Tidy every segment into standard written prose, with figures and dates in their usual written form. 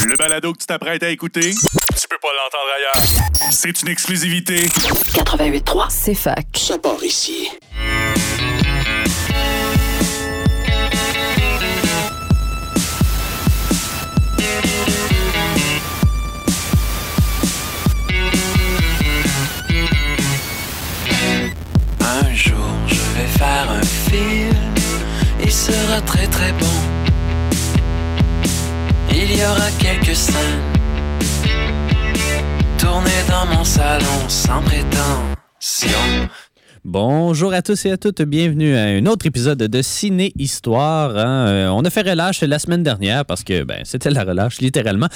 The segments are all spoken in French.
Le balado que tu t'apprêtes à écouter, tu peux pas l'entendre ailleurs. C'est une exclusivité. 88.3, c'est fac. Ça part ici. Un jour, je vais faire un film. Il sera très très bon. Il y aura quelques scènes tournées dans mon salon sans prétention. Bonjour à tous et à toutes, bienvenue à un autre épisode de Ciné Histoire. On a fait relâche la semaine dernière parce que c'était la relâche littéralement.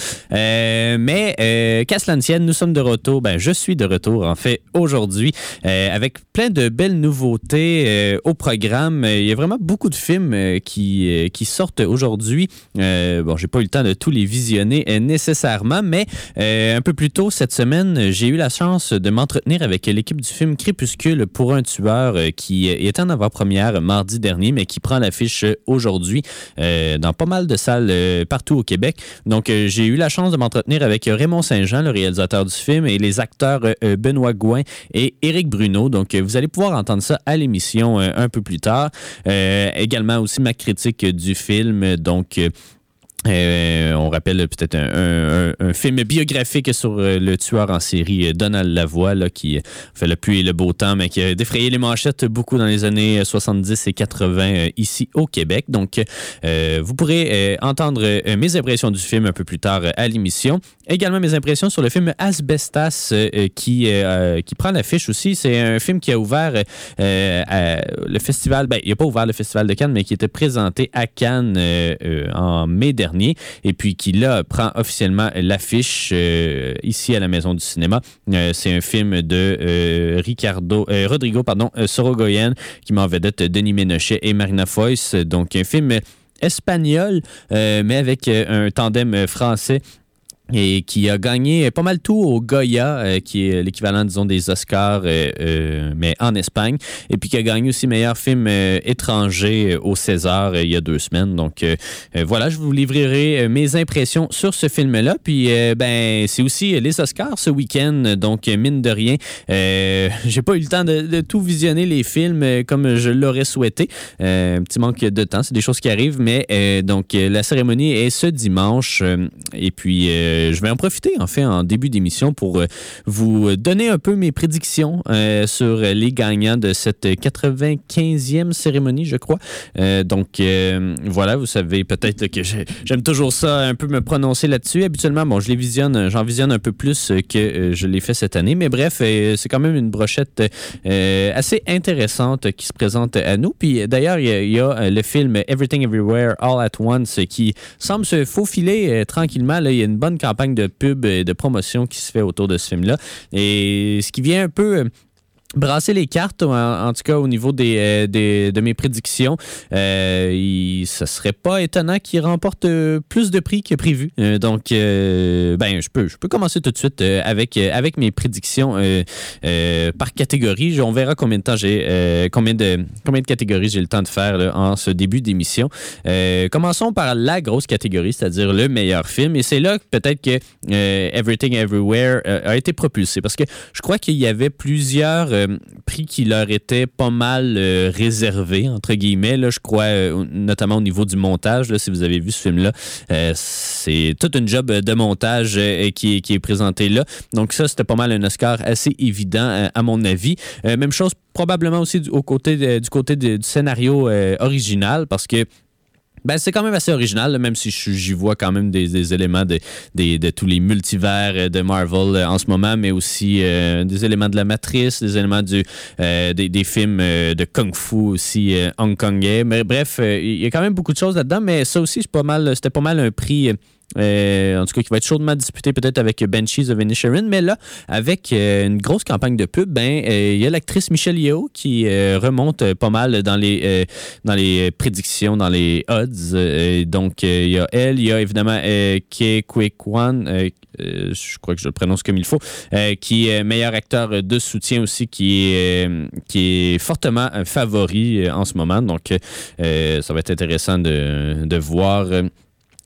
Mais qu'à cela ne tienne, nous sommes de retour. Je suis de retour en fait aujourd'hui avec plein de belles nouveautés au programme. Il y a vraiment beaucoup de films qui sortent aujourd'hui. J'ai pas eu le temps de tous les visionner nécessairement, mais un peu plus tôt cette semaine, j'ai eu la chance de m'entretenir avec l'équipe du film Crépuscule pour un tueur qui est en avant-première mardi dernier, mais qui prend l'affiche aujourd'hui dans pas mal de salles partout au Québec. Donc, j'ai eu la chance de m'entretenir avec Raymond Saint-Jean, le réalisateur du film, et les acteurs Benoît Gouin et Éric Bruno. Donc, vous allez pouvoir entendre ça à l'émission un peu plus tard. Également aussi ma critique du film. Donc, on rappelle peut-être un film biographique sur le tueur en série Donald Lavoie, là, qui fait le pluie et le beau temps, mais qui a défrayé les manchettes beaucoup dans les années 70 et 80 ici au Québec. Donc, vous pourrez entendre mes impressions du film un peu plus tard à l'émission. Également mes impressions sur le film Asbestas qui prend l'affiche aussi. C'est un film qui a ouvert le festival, il n'a pas ouvert le festival de Cannes, mais qui était présenté à Cannes en mai dernier. Et puis qui, là, prend officiellement l'affiche ici à la Maison du cinéma. C'est un film de Rodrigo Sorogoyen, qui met en vedette Denis Ménochet et Marina Foïs. Donc, un film espagnol, mais avec un tandem français. Et qui a gagné pas mal tout au Goya, qui est l'équivalent, disons, des Oscars, mais en Espagne. Et puis qui a gagné aussi meilleur film étranger au César il y a 2 semaines. Donc, voilà, je vous livrerai mes impressions sur ce film-là. Puis, c'est aussi les Oscars ce week-end. Donc, mine de rien, j'ai pas eu le temps de tout visionner les films comme je l'aurais souhaité. Un petit manque de temps, c'est des choses qui arrivent. Mais, donc, la cérémonie est ce dimanche. Et puis, je vais en profiter, en fait, en début d'émission pour vous donner un peu mes prédictions sur les gagnants de cette 95e cérémonie, je crois. Donc, voilà, vous savez peut-être que j'aime toujours ça, un peu me prononcer là-dessus. Habituellement, j'en visionne un peu plus que je l'ai fait cette année. Mais bref, c'est quand même une brochette assez intéressante qui se présente à nous. Puis d'ailleurs, il y a le film Everything Everywhere All at Once qui semble se faufiler tranquillement. Là, il y a une bonne campagne de pub et de promotion qui se fait autour de ce film-là. Et ce qui vient un peu brasser les cartes, en tout cas au niveau de mes prédictions. Ça serait pas étonnant qu'il remporte plus de prix que prévu. Donc, je peux commencer tout de suite avec mes prédictions par catégorie. On verra combien de temps combien de catégories j'ai le temps de faire là, en ce début d'émission. Commençons par la grosse catégorie, c'est-à-dire le meilleur film. Et c'est là peut-être que Everything Everywhere a été propulsé, parce que je crois qu'il y avait plusieurs prix qui leur étaient pas mal réservés, entre guillemets, là, je crois, notamment au niveau du montage. Là, si vous avez vu ce film-là, c'est toute une job de montage qui est présenté là. Donc ça, c'était pas mal un Oscar assez évident, à mon avis. Même chose probablement aussi du côté du scénario original, parce que c'est quand même assez original, là, même si j'y vois quand même des éléments de tous les multivers de Marvel en ce moment, mais aussi des éléments de la Matrice, des éléments des films de Kung Fu aussi hongkongais. Mais bref, il y a quand même beaucoup de choses là-dedans, mais ça aussi, c'était pas mal un prix en tout cas qui va être chaudement disputé peut-être avec Banshees of Inisherin, mais là, avec une grosse campagne de pub, il y a l'actrice Michelle Yeoh qui remonte pas mal dans les prédictions, dans les odds. Donc, il y a elle, il y a évidemment Ke Huy Quan, je crois que je le prononce comme il faut, qui est meilleur acteur de soutien aussi, qui est fortement favori en ce moment. Donc, ça va être intéressant de voir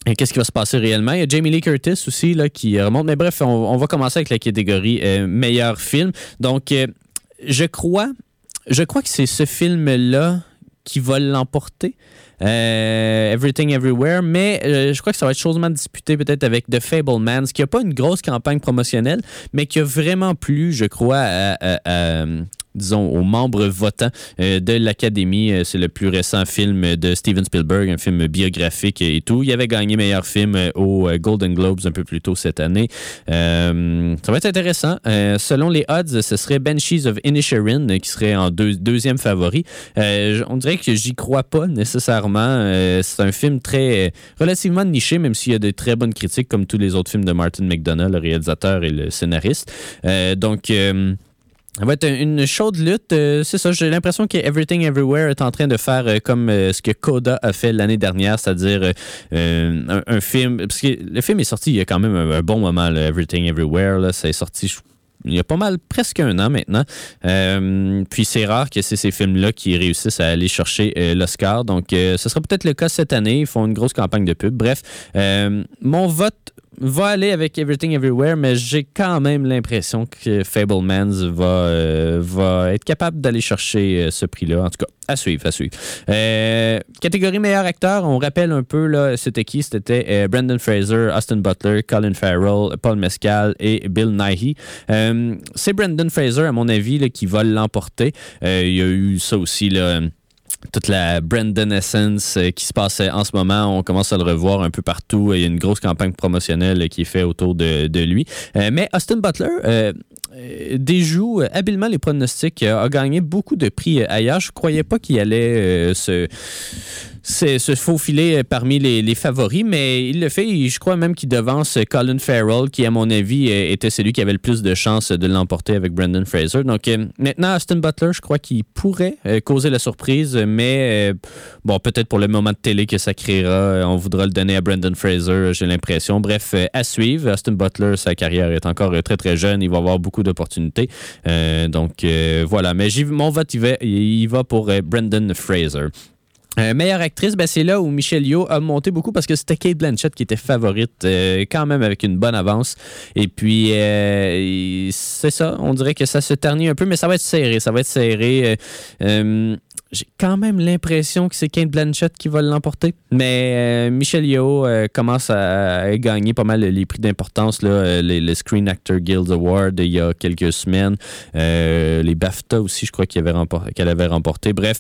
qu'est-ce qui va se passer réellement. Il y a Jamie Lee Curtis aussi là, qui remonte. Mais bref, on va commencer avec la catégorie meilleur film. Donc, je crois que c'est ce film-là qui va l'emporter. Everything Everywhere, mais je crois que ça va être chaudement disputé peut-être avec The Fabelmans, qui n'a pas une grosse campagne promotionnelle, mais qui a vraiment plu, je crois, disons, aux membres votants de l'Académie. C'est le plus récent film de Steven Spielberg, un film biographique et tout. Il avait gagné meilleur film aux Golden Globes un peu plus tôt cette année. Ça va être intéressant. Selon les odds, ce serait Banshees of Inisherin qui serait en deuxième favori. On dirait que j'y crois pas nécessairement. C'est un film relativement niché, même s'il y a de très bonnes critiques, comme tous les autres films de Martin McDonagh, le réalisateur et le scénariste. Donc, ça va être une chaude lutte. C'est ça, j'ai l'impression que Everything Everywhere est en train de faire comme ce que Coda a fait l'année dernière, c'est-à-dire un film... Parce que le film est sorti il y a quand même un bon moment, là, Everything Everywhere. Là, ça est sorti... Il y a pas mal, presque un an maintenant. Puis c'est rare que c'est ces films-là qui réussissent à aller chercher l'Oscar. Donc, ce sera peut-être le cas cette année. Ils font une grosse campagne de pub. Bref, mon vote va aller avec Everything Everywhere, mais j'ai quand même l'impression que Fabelmans va être capable d'aller chercher ce prix-là. En tout cas, à suivre. Catégorie meilleur acteur, on rappelle un peu, là, c'était qui? C'était Brendan Fraser, Austin Butler, Colin Farrell, Paul Mescal et Bill Nighy. C'est Brendan Fraser, à mon avis, là, qui va l'emporter. Il y a eu ça aussi, là... Toute la Brendan Essence qui se passe en ce moment, on commence à le revoir un peu partout. Il y a une grosse campagne promotionnelle qui est faite autour de lui. Mais Austin Butler déjoue habilement les pronostics, a gagné beaucoup de prix ailleurs. Je ne croyais pas qu'il allait se faufiler parmi les favoris, mais il le fait. Je crois même qu'il devance Colin Farrell, qui, à mon avis, était celui qui avait le plus de chances de l'emporter avec Brendan Fraser. Donc, maintenant, Austin Butler, je crois qu'il pourrait causer la surprise, mais bon, peut-être pour le moment de télé que ça créera, on voudra le donner à Brendan Fraser, j'ai l'impression. Bref, à suivre. Austin Butler, sa carrière est encore très, très jeune. Il va avoir beaucoup d'opportunités. Donc, voilà. Mais mon vote, il va pour Brendan Fraser. Meilleure actrice, c'est là où Michelle Yeoh a monté beaucoup et que c'était Cate Blanchett qui était favorite, quand même avec une bonne avance. Et puis, c'est ça, on dirait que ça se ternit un peu, mais ça va être serré. J'ai quand même l'impression que c'est Cate Blanchett qui va l'emporter. Mais Michelle Yeoh commence à gagner pas mal les prix d'importance, là, les Screen Actor Guild Award il y a quelques semaines. Les BAFTA aussi, je crois qu'elle avait remporté. Bref,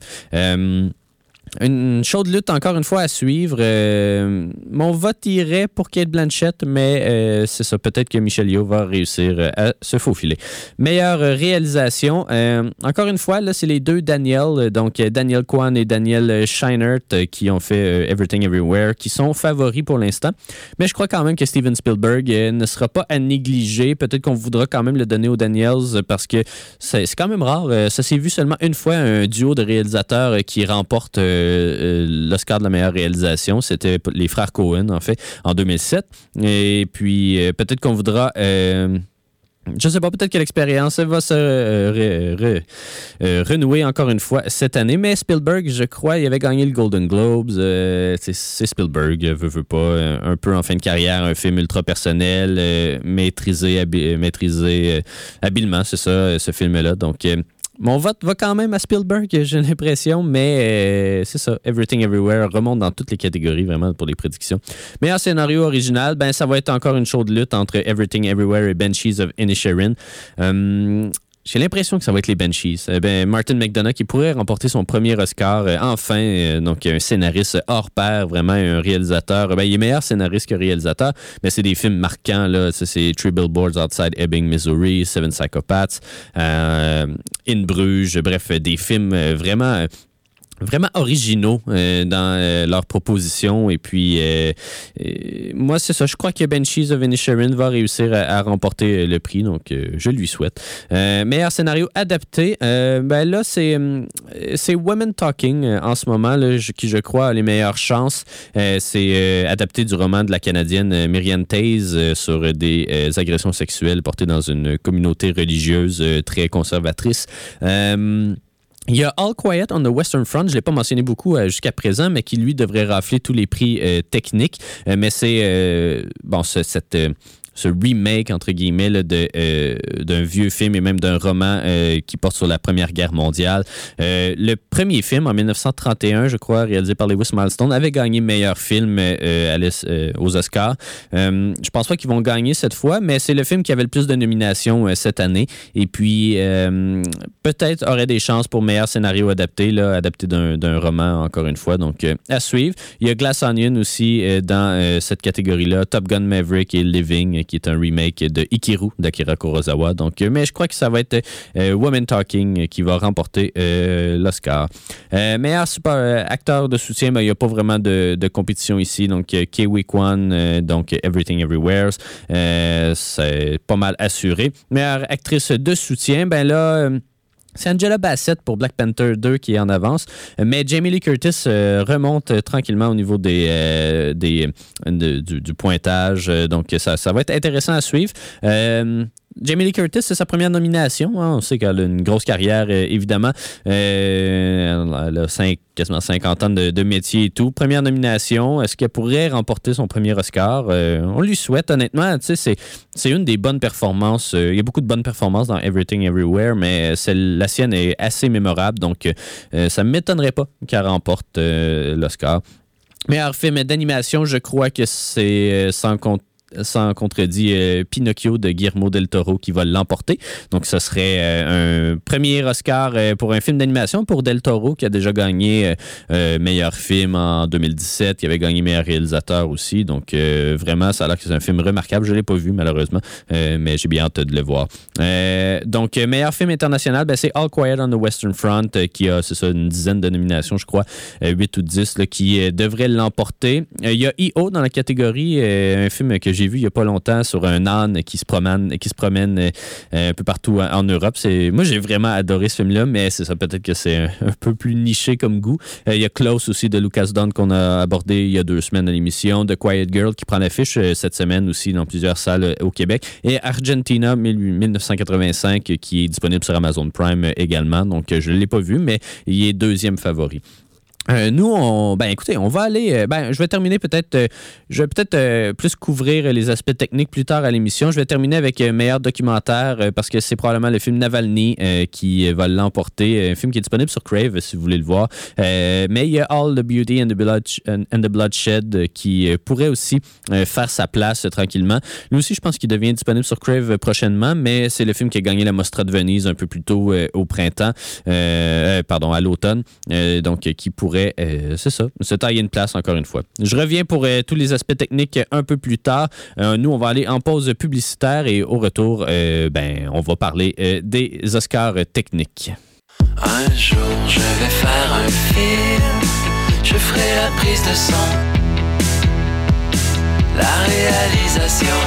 une chaude lutte encore une fois à suivre. Mon vote irait pour Cate Blanchett, mais c'est ça, peut-être que Michelle Yeoh va réussir à se faufiler. Meilleure réalisation, encore une fois, là, c'est les deux Daniel, donc Daniel Kwan et Daniel Scheinert qui ont fait Everything Everywhere, qui sont favoris pour l'instant. Mais je crois quand même que Steven Spielberg ne sera pas à négliger. Peut-être qu'on voudra quand même le donner aux Daniels parce que c'est quand même rare. Ça s'est vu seulement une fois, un duo de réalisateurs qui remporte l'Oscar de la meilleure réalisation. C'était les frères Coen, en fait, en 2007. Et puis, peut-être qu'on voudra... je sais pas, peut-être que l'expérience va se renouer encore une fois cette année. Mais Spielberg, je crois, il avait gagné le Golden Globes. C'est Spielberg, veut pas, un peu en fin de carrière, un film ultra personnel, maîtrisé habilement, c'est ça, ce film-là. Donc... mon vote va quand même à Spielberg, j'ai l'impression, mais c'est ça. Everything Everywhere remonte dans toutes les catégories, vraiment, pour les prédictions. Meilleur scénario original, ça va être encore une chaude lutte entre Everything Everywhere et Banshees of Inisherin. J'ai l'impression que ça va être les Banshees. Martin McDonagh qui pourrait remporter son premier Oscar, enfin. Donc, un scénariste hors pair, vraiment un réalisateur. Il est meilleur scénariste que réalisateur, mais c'est des films marquants. Là. C'est Three Billboards Outside Ebbing, Missouri, Seven Psychopaths, In Bruges. Bref, des films vraiment originaux dans leurs propositions. Et puis, moi, c'est ça. Je crois que Banshees of Inisherin va réussir à remporter le prix. Donc, je lui souhaite. Meilleur scénario adapté. Là, c'est Women Talking en ce moment, là, qui, je crois, a les meilleures chances. C'est adapté du roman de la Canadienne Miriam Taze sur des agressions sexuelles portées dans une communauté religieuse très conservatrice. Il y a All Quiet on the Western Front, je ne l'ai pas mentionné beaucoup jusqu'à présent, mais qui, lui, devrait rafler tous les prix techniques. Mais c'est, ce remake, entre guillemets, là, d'un vieux film et même d'un roman qui porte sur la Première Guerre mondiale. Le premier film, en 1931, je crois, réalisé par Lewis Milestone, avait gagné meilleur film aux Oscars. Je pense pas qu'ils vont gagner cette fois, mais c'est le film qui avait le plus de nominations cette année. Et puis, peut-être aurait des chances pour meilleur scénario adapté d'un roman, encore une fois. Donc, à suivre. Il y a Glass Onion aussi dans cette catégorie-là. Top Gun Maverick et Living, qui est un remake de Ikiru d'Akira Kurosawa. Donc, mais je crois que ça va être Woman Talking qui va remporter l'Oscar. Meilleur super acteur de soutien, il n'y a pas vraiment de compétition ici. Donc, Ke-Huy Quan, donc Everything Everywhere, c'est pas mal assuré. Meilleure actrice de soutien, c'est Angela Bassett pour Black Panther 2 qui est en avance, mais Jamie Lee Curtis remonte tranquillement au niveau du pointage, donc ça va être intéressant à suivre. Jamie Lee Curtis, c'est sa première nomination. On sait qu'elle a une grosse carrière, évidemment. Elle a quasiment 50 ans de métier et tout. Première nomination. Est-ce qu'elle pourrait remporter son premier Oscar? On lui souhaite, honnêtement. Tu sais, c'est une des bonnes performances. Il y a beaucoup de bonnes performances dans Everything Everywhere, mais la sienne est assez mémorable. Donc, ça ne m'étonnerait pas qu'elle remporte l'Oscar. Meilleur film d'animation, je crois que c'est sans contredit, Pinocchio de Guillermo del Toro qui va l'emporter. Donc, ce serait un premier Oscar pour un film d'animation pour del Toro qui a déjà gagné meilleur film en 2017, qui avait gagné meilleur réalisateur aussi. Donc, vraiment, ça a l'air que c'est un film remarquable. Je ne l'ai pas vu, malheureusement, mais j'ai bien hâte de le voir. Donc, meilleur film international, c'est All Quiet on the Western Front qui a, c'est ça, une dizaine de nominations, je crois, 8 ou 10, là, qui devrait l'emporter. Il y a E.O. dans la catégorie, un film que j'ai vu il n'y a pas longtemps sur un âne qui se promène un peu partout en Europe. Moi, j'ai vraiment adoré ce film-là, mais c'est ça, peut-être que c'est un peu plus niché comme goût. Il y a Close aussi de Lucas Dunn qu'on a abordé il y a 2 semaines à l'émission. The Quiet Girl qui prend l'affiche cette semaine aussi dans plusieurs salles au Québec. Et Argentina 1985 qui est disponible sur Amazon Prime également. Donc, je ne l'ai pas vu, mais il est deuxième favori. Nous, écoutez, on va aller... je vais terminer je vais plus couvrir les aspects techniques plus tard à l'émission. Je vais terminer avec meilleur documentaire parce que c'est probablement le film Navalny qui va l'emporter. Un film qui est disponible sur Crave si vous voulez le voir. Mais il y a All the Beauty and the Bloodshed qui pourrait aussi faire sa place tranquillement. Lui aussi, je pense qu'il devient disponible sur Crave prochainement, mais c'est le film qui a gagné la Mostra de Venise un peu plus tôt au printemps. À l'automne. Donc, qui pourrait c'est ça, se tailler une place encore une fois. Je reviens pour tous les aspects techniques un peu plus tard. Nous, on va aller en pause publicitaire et au retour, on va parler des Oscars techniques. Un jour, je vais faire un film. Je ferai la prise de son, la réalisation,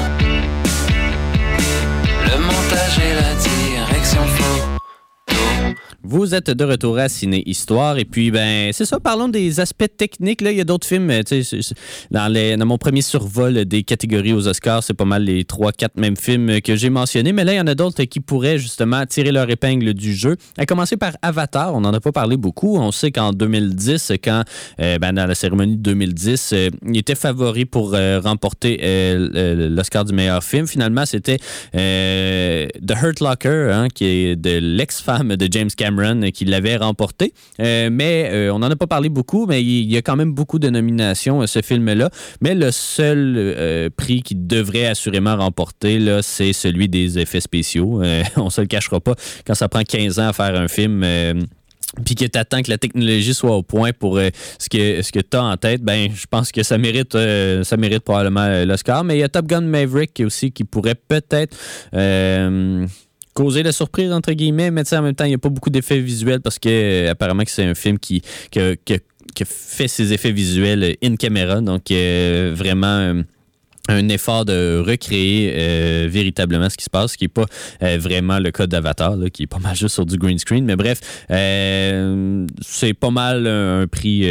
le montage et la direction photo. Vous êtes de retour à Ciné Histoire et puis c'est ça, parlons des aspects techniques. Là, il y a d'autres films, dans mon premier survol des catégories aux Oscars, c'est pas mal les 3-4 mêmes films que j'ai mentionnés, mais là, il y en a d'autres qui pourraient justement tirer leur épingle du jeu. À commencer par Avatar, on n'en a pas parlé beaucoup. On sait qu'en 2010, dans la cérémonie de 2010, il était favori pour remporter l'Oscar du meilleur film. Finalement, c'était The Hurt Locker, qui est de l'ex-femme de James Cameron qui l'avait remporté. Mais on n'en a pas parlé beaucoup, mais il y a quand même beaucoup de nominations, ce film-là. Mais le seul prix qu'il devrait assurément remporter, là, c'est celui des effets spéciaux. On ne se le cachera pas. Quand ça prend 15 ans à faire un film... puis que tu attends que la technologie soit au point pour ce que tu as en tête, je pense que ça mérite probablement l'Oscar. Mais il y a Top Gun Maverick aussi qui pourrait peut-être... causer la surprise, entre guillemets, mais en même temps, il n'y a pas beaucoup d'effets visuels parce que apparemment que c'est un film qui fait ses effets visuels in camera, donc vraiment... un effort de recréer véritablement ce qui se passe, ce qui n'est pas vraiment le cas d'Avatar, là, qui est pas mal juste sur du green screen. Mais bref, c'est pas mal un prix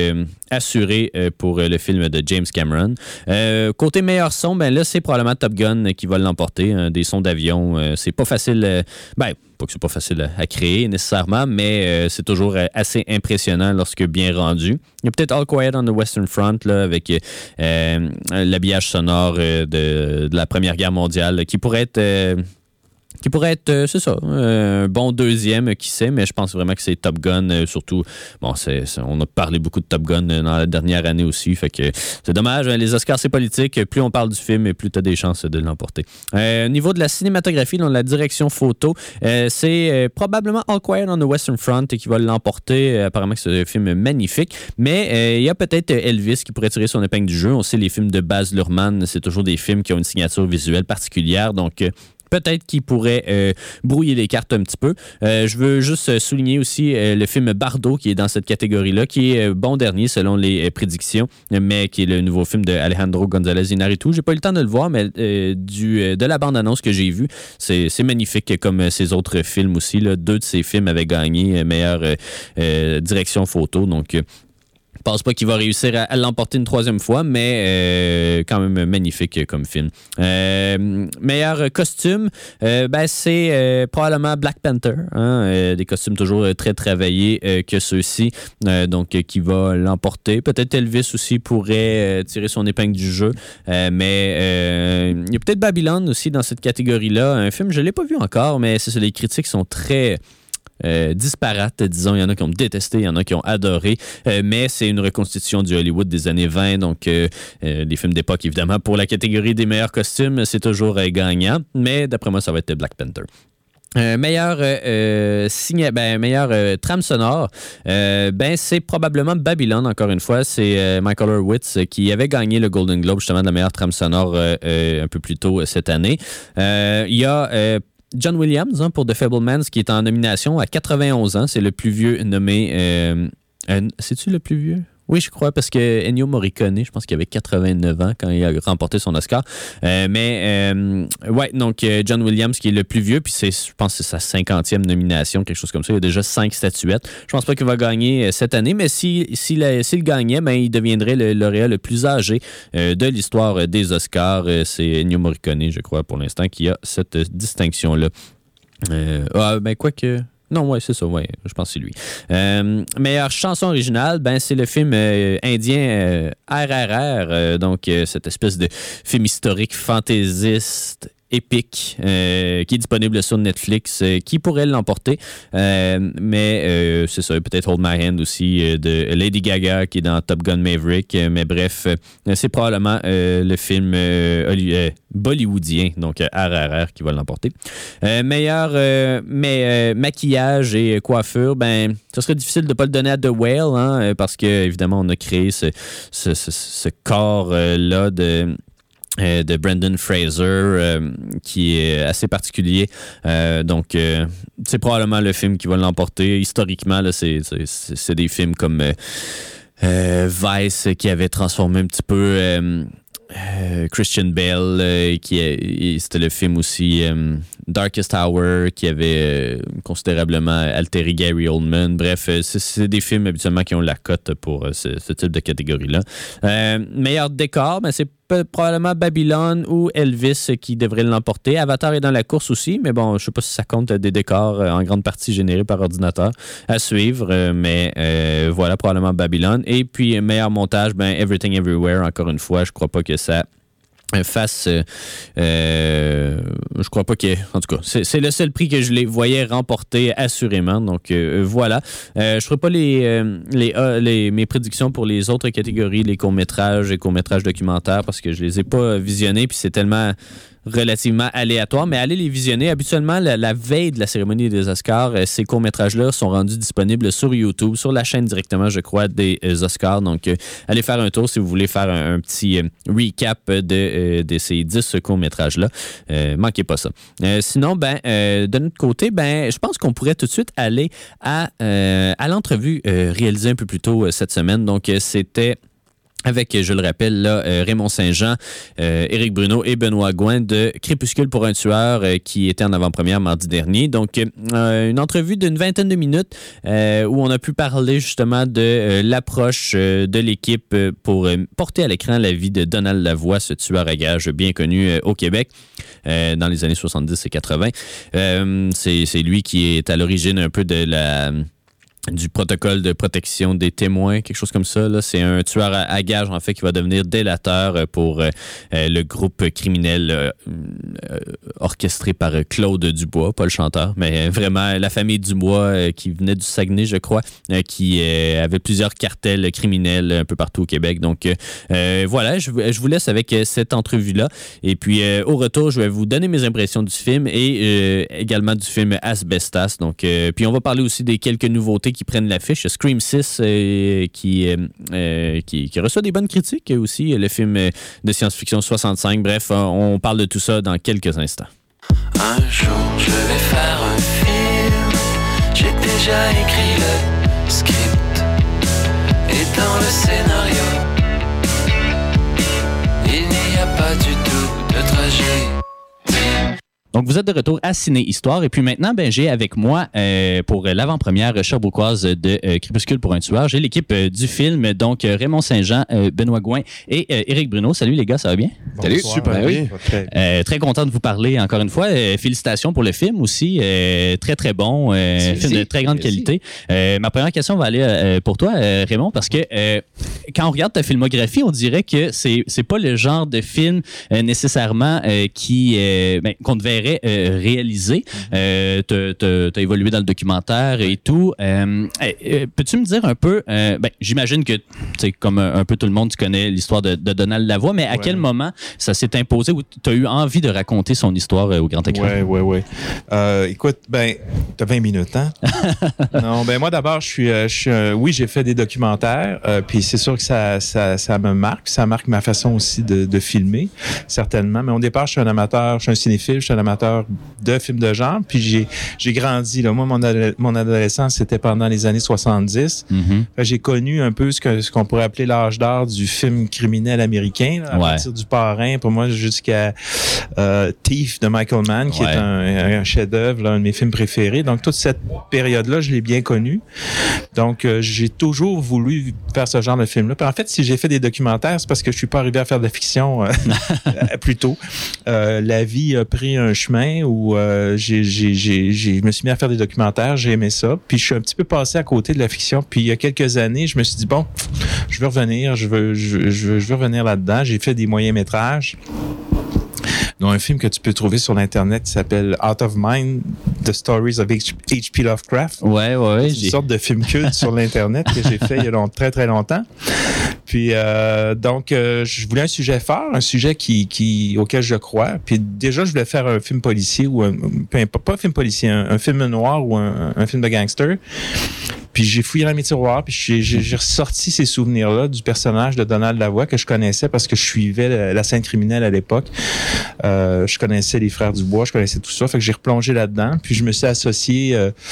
assuré pour le film de James Cameron. Côté meilleur son, ben là, c'est probablement Top Gun qui va l'emporter. Des sons d'avion, c'est pas facile... pas que c'est pas facile à créer nécessairement, mais c'est toujours assez impressionnant lorsque bien rendu. Il y a peut-être All Quiet on the Western Front là, avec l'habillage sonore de la Première Guerre mondiale qui pourrait être... c'est ça, un bon deuxième, qui sait, mais je pense vraiment que c'est Top Gun, surtout, bon, on a parlé beaucoup de Top Gun dans la dernière année aussi, fait que c'est dommage, les Oscars, c'est politique, plus on parle du film, plus tu as des chances de l'emporter. Au niveau de la cinématographie, dans la direction photo, c'est probablement All Quiet on the Western Front qui va l'emporter, apparemment que c'est un film magnifique, mais il y a peut-être Elvis qui pourrait tirer son épingle du jeu. On sait, les films de Baz Luhrmann, c'est toujours des films qui ont une signature visuelle particulière, donc... peut-être qu'il pourrait brouiller les cartes un petit peu. Je veux juste souligner aussi le film Bardo qui est dans cette catégorie-là, qui est bon dernier selon les prédictions, mais qui est le nouveau film de Alejandro González Iñárritu. J'ai pas eu le temps de le voir, mais de la bande-annonce que j'ai vue, c'est magnifique comme ses autres films aussi. Là. 2 de ses films avaient gagné meilleure direction photo, donc... Je pense pas qu'il va réussir à l'emporter une 3e fois, mais quand même magnifique comme film. Meilleur costume, c'est probablement Black Panther. Des costumes toujours très travaillés que ceux-ci, donc qui va l'emporter. Peut-être Elvis aussi pourrait tirer son épingle du jeu, mais il y a peut-être Babylone aussi dans cette catégorie-là. Un film, je l'ai pas vu encore, mais c'est ça, les critiques sont très... disparates, disons. Il y en a qui ont détesté, il y en a qui ont adoré, mais c'est une reconstitution du Hollywood des années 20, donc des films d'époque, évidemment. Pour la catégorie des meilleurs costumes, c'est toujours gagnant, mais d'après moi, ça va être Black Panther. Meilleur trame sonore, c'est probablement Babylone, encore une fois. C'est Michael Hurwitz qui avait gagné le Golden Globe, justement, de la meilleure trame sonore un peu plus tôt cette année. Il y a John Williams pour The Fabelmans qui est en nomination à 91 ans. C'est le plus vieux nommé... c'est-tu le plus vieux? Oui, je crois, parce que Ennio Morricone, je pense qu'il avait 89 ans quand il a remporté son Oscar. Donc John Williams qui est le plus vieux, puis je pense que c'est sa 50e nomination, quelque chose comme ça. Il y a déjà 5 statuettes. Je pense pas qu'il va gagner cette année, mais s'il gagnait, il deviendrait le lauréat le plus âgé de l'histoire des Oscars. C'est Ennio Morricone, je crois, pour l'instant, qui a cette distinction-là. Quoique... Non, ouais, c'est ça, ouais, je pense que c'est lui. Meilleure chanson originale, c'est le film indien RRR, donc cette espèce de film historique fantaisiste épique qui est disponible sur Netflix, qui pourrait l'emporter, mais c'est ça, peut-être Hold My Hand aussi de Lady Gaga qui est dans Top Gun Maverick, mais bref, c'est probablement le film bollywoodien, donc RRR, qui va l'emporter. Meilleur maquillage et coiffure, ça serait difficile de ne pas le donner à The Whale, parce que évidemment on a créé ce corps-là de Brendan Fraser, qui est assez particulier. Donc, c'est probablement le film qui va l'emporter. Historiquement, là, c'est des films comme Vice, qui avait transformé un petit peu Christian Bale, c'était le film aussi Darkest Hour, qui avait considérablement altéré Gary Oldman. Bref, c'est des films habituellement qui ont la cote pour ce type de catégorie-là. Meilleur décor, c'est probablement Babylone ou Elvis qui devrait l'emporter. Avatar est dans la course aussi, mais bon, je sais pas si ça compte des décors en grande partie générés par ordinateur à suivre, mais voilà, probablement Babylone. Et puis, meilleur montage, Everything Everywhere, encore une fois, je crois pas que ça fasse... je crois pas que... En tout cas, c'est le seul prix que je les voyais remporter assurément. Donc, voilà. Je ferai pas mes prédictions pour les autres catégories, les courts-métrages et courts-métrages documentaires, parce que je les ai pas visionnés, puis c'est tellement relativement aléatoire, mais allez les visionner. Habituellement, la veille de la cérémonie des Oscars, ces courts-métrages-là sont rendus disponibles sur YouTube, sur la chaîne directement, je crois, des Oscars. Donc, allez faire un tour si vous voulez faire un petit recap de ces 10 courts-métrages-là. Manquez pas ça. Sinon, de notre côté, je pense qu'on pourrait tout de suite aller à l'entrevue réalisée un peu plus tôt cette semaine. Donc, c'était avec, je le rappelle, là, Raymond Saint-Jean, Éric Bruno et Benoît Gouin de Crépuscule pour un tueur qui était en avant-première mardi dernier. Donc, une entrevue d'une vingtaine de minutes où on a pu parler justement de l'approche de l'équipe pour porter à l'écran la vie de Donald Lavoie, ce tueur à gages bien connu au Québec dans les années 70 et 80. C'est lui qui est à l'origine un peu du protocole de protection des témoins, quelque chose comme ça. Là. C'est un tueur à gages, en fait, qui va devenir délateur pour le groupe criminel orchestré par Claude Dubois, pas le chanteur, mais vraiment la famille Dubois qui venait du Saguenay, je crois, qui avait plusieurs cartels criminels un peu partout au Québec. Donc, voilà, je vous laisse avec cette entrevue-là. Et puis, au retour, je vais vous donner mes impressions du film et également du film Asbestas. Donc, puis, on va parler aussi des quelques nouveautés qui prennent l'affiche. Scream 6 qui reçoit des bonnes critiques aussi. Le film de science-fiction 65. Bref, on parle de tout ça dans quelques instants. Un jour, je vais faire un film. J'ai déjà écrit le script. Et dans le scénario, il n'y a pas du tout de trajet. Donc, vous êtes de retour à Ciné Histoire. Et puis maintenant, j'ai avec moi, pour l'avant-première sherbrookoise de Crépuscule pour un tueur, j'ai l'équipe du film. Donc, Raymond Saint-Jean, Benoît Gouin et Éric Bruno. Salut les gars, ça va bien? Salut. Super bien. Très content de vous parler encore une fois. Félicitations pour le film aussi. Très, très bon. Film de très grande qualité. Ma première question va aller pour toi, Raymond, parce que quand on regarde ta filmographie, on dirait que c'est pas le genre de film nécessairement qu'on te verrait réalisé. T'as évolué dans le documentaire et tout. Peux-tu me dire un peu, j'imagine que, comme un peu tout le monde, tu connais l'histoire de Donald Lavoie, mais à quel moment ça s'est imposé ou tu as eu envie de raconter son histoire au grand écran? Oui. Écoute, t'as 20 minutes, hein? Non, moi d'abord, oui, j'ai fait des documentaires, puis c'est sûr que ça me marque. Ça marque ma façon aussi de filmer, certainement. Mais au départ, je suis un amateur, je suis un cinéphile, je suis un amateur de films de genre, puis j'ai grandi. Là. Moi, mon adolescence, c'était pendant les années 70. Mm-hmm. J'ai connu un peu ce qu'on pourrait appeler l'âge d'or du film criminel américain, là, à partir du Parrain, pour moi, jusqu'à Thief de Michael Mann, qui est un chef-d'œuvre, un de mes films préférés. Donc, toute cette période-là, je l'ai bien connue. Donc, j'ai toujours voulu faire ce genre de film-là. Puis, en fait, si j'ai fait des documentaires, c'est parce que je suis pas arrivé à faire de la fiction plus tôt. La vie a pris un chemin où je me suis mis à faire des documentaires, j'ai aimé ça, puis je suis un petit peu passé à côté de la fiction, puis il y a quelques années, je me suis dit, bon, je veux revenir, je veux revenir là-dedans, j'ai fait des moyens-métrages, dont un film que tu peux trouver sur l'Internet qui s'appelle Out of Mind, The Stories of H.P. Lovecraft. Ouais. C'est une sorte de film culte sur l'Internet que j'ai fait il y a très, très longtemps. Puis, je voulais un sujet fort, un sujet auquel je crois. Puis déjà, je voulais faire un film policier ou pas un film policier, un film noir ou un film de gangster. Puis j'ai fouillé dans mes tiroirs, puis j'ai ressorti ces souvenirs-là du personnage de Donald Lavoie que je connaissais parce que je suivais la scène criminelle à l'époque. Je connaissais les frères Dubois, je connaissais tout ça. Fait que j'ai replongé là-dedans. Puis je me suis associé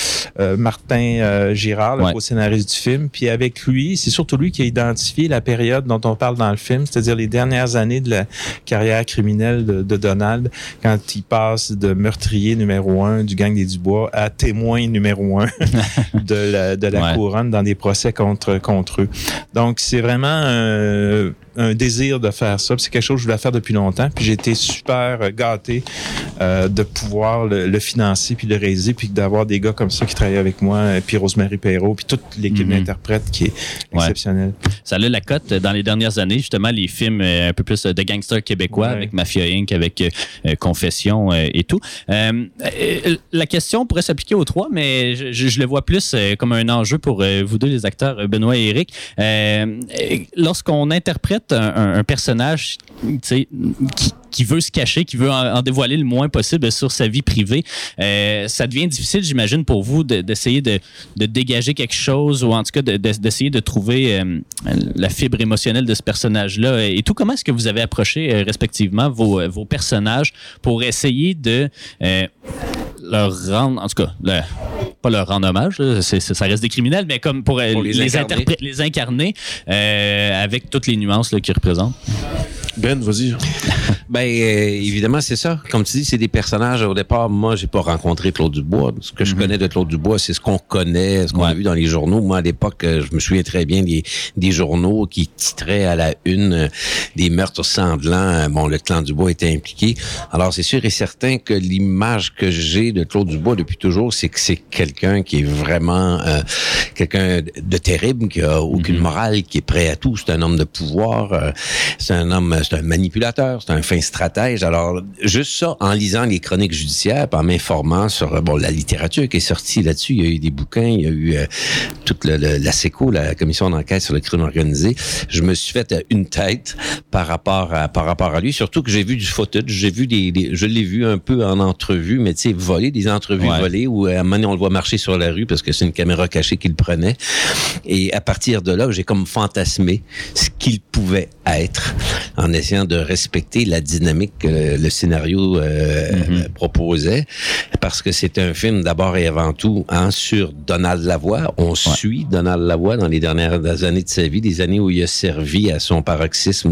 Martin Girard, le co-scénariste du film. Puis avec lui, c'est surtout lui qui a identifié la période dont on parle dans le film, c'est-à-dire les dernières années de la carrière criminelle de Donald, quand il passe de meurtrier numéro 1 du gang des Dubois à témoin numéro 1 de la couronne dans des procès contre eux. Donc, c'est vraiment un désir de faire ça. Puis c'est quelque chose que je voulais faire depuis longtemps. Puis j'ai été super gâté de pouvoir le financer puis le réaliser, puis d'avoir des gars comme ça qui travaillent avec moi, puis Rosemary Perrault, puis toute l'équipe d'interprètes qui est exceptionnelle. Ça a la cote dans les dernières années, justement, les films un peu plus de gangsters québécois, avec Mafia Inc., avec Confession et tout. La question pourrait s'appliquer aux trois, mais je le vois plus comme un enjeu pour vous deux, les acteurs, Benoît et Éric. Lorsqu'on interprète un personnage qui veut se cacher, qui veut en dévoiler le moins possible sur sa vie privée, ça devient difficile, j'imagine, pour vous d'essayer de dégager quelque chose, ou en tout cas d'essayer de trouver la fibre émotionnelle de ce personnage-là. Et tout, comment est-ce que vous avez approché respectivement vos personnages pour essayer de leur rendre, en tout cas, pas leur rendre hommage, là, ça reste des criminels, mais comme pour les incarner avec toutes les nuances là, qu'ils représentent. Ben, vas-y. Évidemment, c'est ça. Comme tu dis, c'est des personnages. Au départ, moi, j'ai pas rencontré Claude Dubois. Ce que je connais de Claude Dubois, c'est ce qu'on connaît, ce qu'on a vu dans les journaux. Moi, à l'époque, je me souviens très bien des journaux qui titraient à la une des meurtres sanglants. Bon, le clan Dubois était impliqué. Alors, c'est sûr et certain que l'image que j'ai de Claude Dubois depuis toujours, c'est que c'est quelqu'un qui est vraiment quelqu'un de terrible, qui a aucune morale, qui est prêt à tout. C'est un homme de pouvoir. C'est un manipulateur, c'est un fin stratège. Alors, juste ça, en lisant les chroniques judiciaires, en m'informant sur la littérature qui est sortie là-dessus, il y a eu des bouquins, il y a eu toute la SECO, la commission d'enquête sur le crime organisé. Je me suis fait une tête par rapport à lui, surtout que j'ai vu du footage, je l'ai vu un peu en entrevue, mais tu sais, volé, des entrevues volées, où à un moment donné, on le voit marcher sur la rue parce que c'est une caméra cachée qui le prenait. Et à partir de là, j'ai comme fantasmé ce qu'il pouvait être en essayant de respecter la dynamique que le scénario proposait, parce que c'est un film d'abord et avant tout sur Donald Lavoie. On suit Donald Lavoie dans les dernières années de sa vie, des années où il a servi à son paroxysme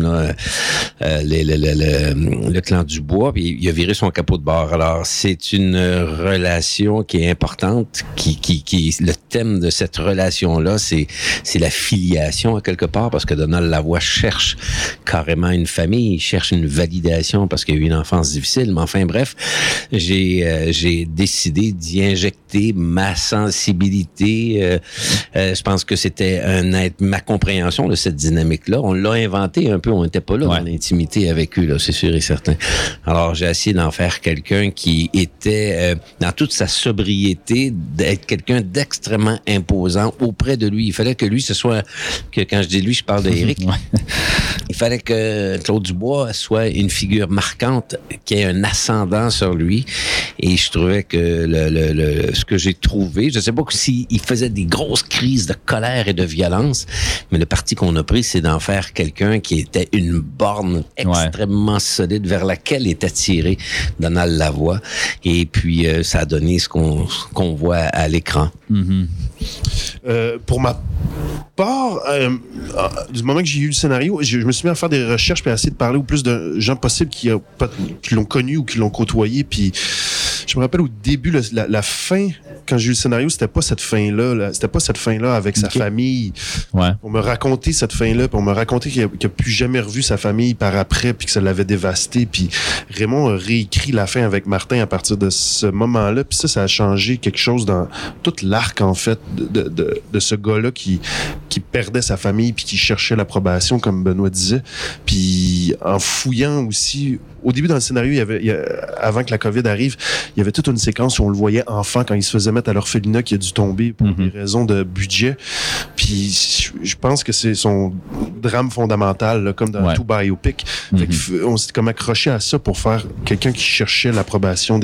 le clan Dubois, puis il a viré son capot de bord. Alors, c'est une relation qui est importante, qui le thème de cette relation-là, c'est la filiation à quelque part, parce que Donald Lavoie cherche carrément une famille, il cherche une validation parce qu'il a eu une enfance difficile. Mais enfin, bref, j'ai décidé d'y injecter ma sensibilité. Je pense que c'était ma compréhension de cette dynamique-là. On l'a inventé un peu, on n'était pas là dans l'intimité avec eux, là, c'est sûr et certain. Alors, j'ai essayé d'en faire quelqu'un qui était, dans toute sa sobriété, d'être quelqu'un d'extrêmement imposant auprès de lui. Il fallait que lui, que quand je dis lui, je parle d'Éric. Il fallait que Claude Dubois soit une figure marquante, qui ait un ascendant sur lui. Et je trouvais que ce que j'ai trouvé, je sais pas s'il faisait des grosses crises de colère et de violence, mais le parti qu'on a pris, c'est d'en faire quelqu'un qui était une borne extrêmement solide vers laquelle est attiré Donald Lavoie. Et puis, ça a donné ce qu'on voit à l'écran. Pour ma part, du moment que j'ai eu le scénario, je me suis mis à faire des recherches puis à essayer de parler au plus de gens possibles qui l'ont connu ou qui l'ont côtoyé. Puis je me rappelle au début, la fin, quand j'ai eu le scénario, c'était pas cette fin-là avec sa famille. On me racontait cette fin-là, puis on me racontait qu'il n'a plus jamais revu sa famille par après, puis que ça l'avait dévasté. Puis Raymond a réécrit la fin avec Martin à partir de ce moment-là. Puis ça a changé quelque chose dans tout l'arc, en fait, de ce gars-là qui perdait sa famille puis qui cherchait l'approbation, comme Benoît disait. Puis en fouillant aussi, au début dans le scénario, avant que la COVID arrive, il y avait toute une séquence où on le voyait enfant quand il se faisait mettre à l'orphelinat qui a dû tomber pour des raisons de budget. Puis je pense que c'est son drame fondamental, là, comme dans tout biopic. Fait on s'est comme accroché à ça pour faire quelqu'un qui cherchait l'approbation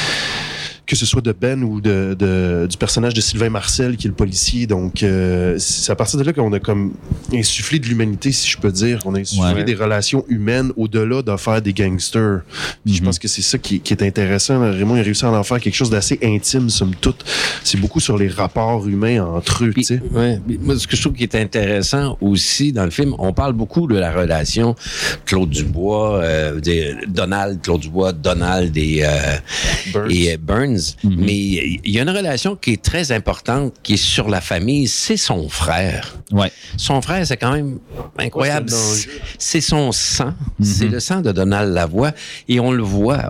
que ce soit de Ben ou du personnage de Sylvain Marcel, qui est le policier. Donc, c'est à partir de là qu'on a comme insufflé de l'humanité, si je peux dire. On a insufflé des relations humaines au-delà de faire des gangsters. Puis je pense que c'est ça qui est intéressant. Raymond a réussi à en faire quelque chose d'assez intime, somme toute. C'est beaucoup sur les rapports humains entre eux. Moi, ce que je trouve qui est intéressant aussi dans le film, on parle beaucoup de la relation Claude Dubois, Claude Dubois, Donald et Burns. Mais il y a une relation qui est très importante, qui est sur la famille, c'est son frère. Son frère, c'est quand même incroyable. C'est son sang. C'est le sang de Donald Lavoie. Et on le voit.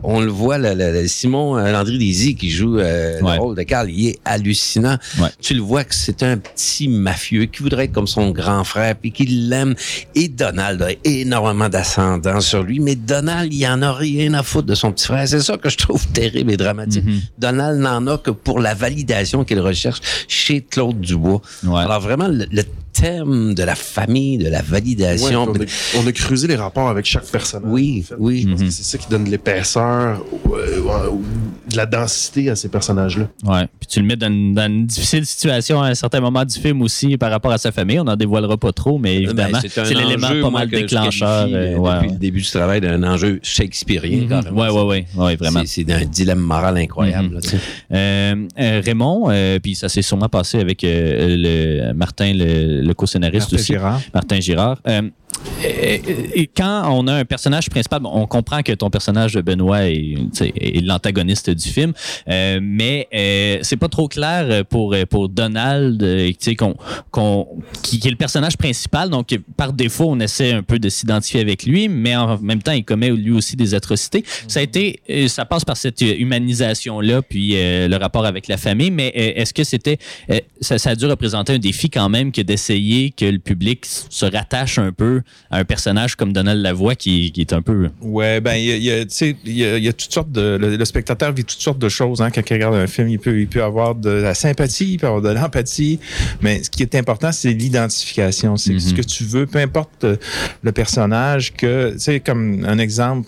Simon Landry-Désy qui joue le rôle de Carl, il est hallucinant. Tu le vois que c'est un petit mafieux qui voudrait être comme son grand frère puis qu'il l'aime. Et Donald a énormément d'ascendant sur lui, mais Donald, il en a rien à foutre de son petit frère. C'est ça que je trouve terrible et dramatique. Donald n'en a que pour la validation qu'il recherche chez Claude Dubois. Alors vraiment, le thème de la famille, de la validation. Ouais, on a creusé les rapports avec chaque personnage. Oui, en fait. oui. Je pense que c'est ça qui donne de l'épaisseur, de la densité à ces personnages-là. Ouais. Puis tu le mets dans une difficile situation à un certain moment du film aussi par rapport à sa famille. On n'en dévoilera pas trop, mais évidemment, c'est l'élément pas mal déclencheur. Depuis le début du travail d'un enjeu shakespearien. Oui, vraiment. C'est un dilemme moral incroyable. Raymond, puis ça s'est sûrement passé avec Martin, le co-scénariste aussi. Martin Girard. Et quand on a un personnage principal, on comprend que ton personnage de Benoît est l'antagoniste du film, mais c'est pas trop clair pour Donald, qui est le personnage principal. Donc, par défaut, on essaie un peu de s'identifier avec lui, mais en même temps, il commet lui aussi des atrocités. Ça passe par cette humanisation-là, puis le rapport avec la famille, mais est-ce que ça a dû représenter un défi quand même que d'essayer que le public se rattache un peu à un personnage comme Donald Lavoie qui est un peu... Ouais, ben il y a toutes sortes de... Le spectateur vit toutes sortes de choses. Hein, quand il regarde un film, il peut avoir de la sympathie, il peut avoir de l'empathie, mais ce qui est important, c'est l'identification. C'est ce que tu veux, peu importe le personnage, que, tu sais, comme un exemple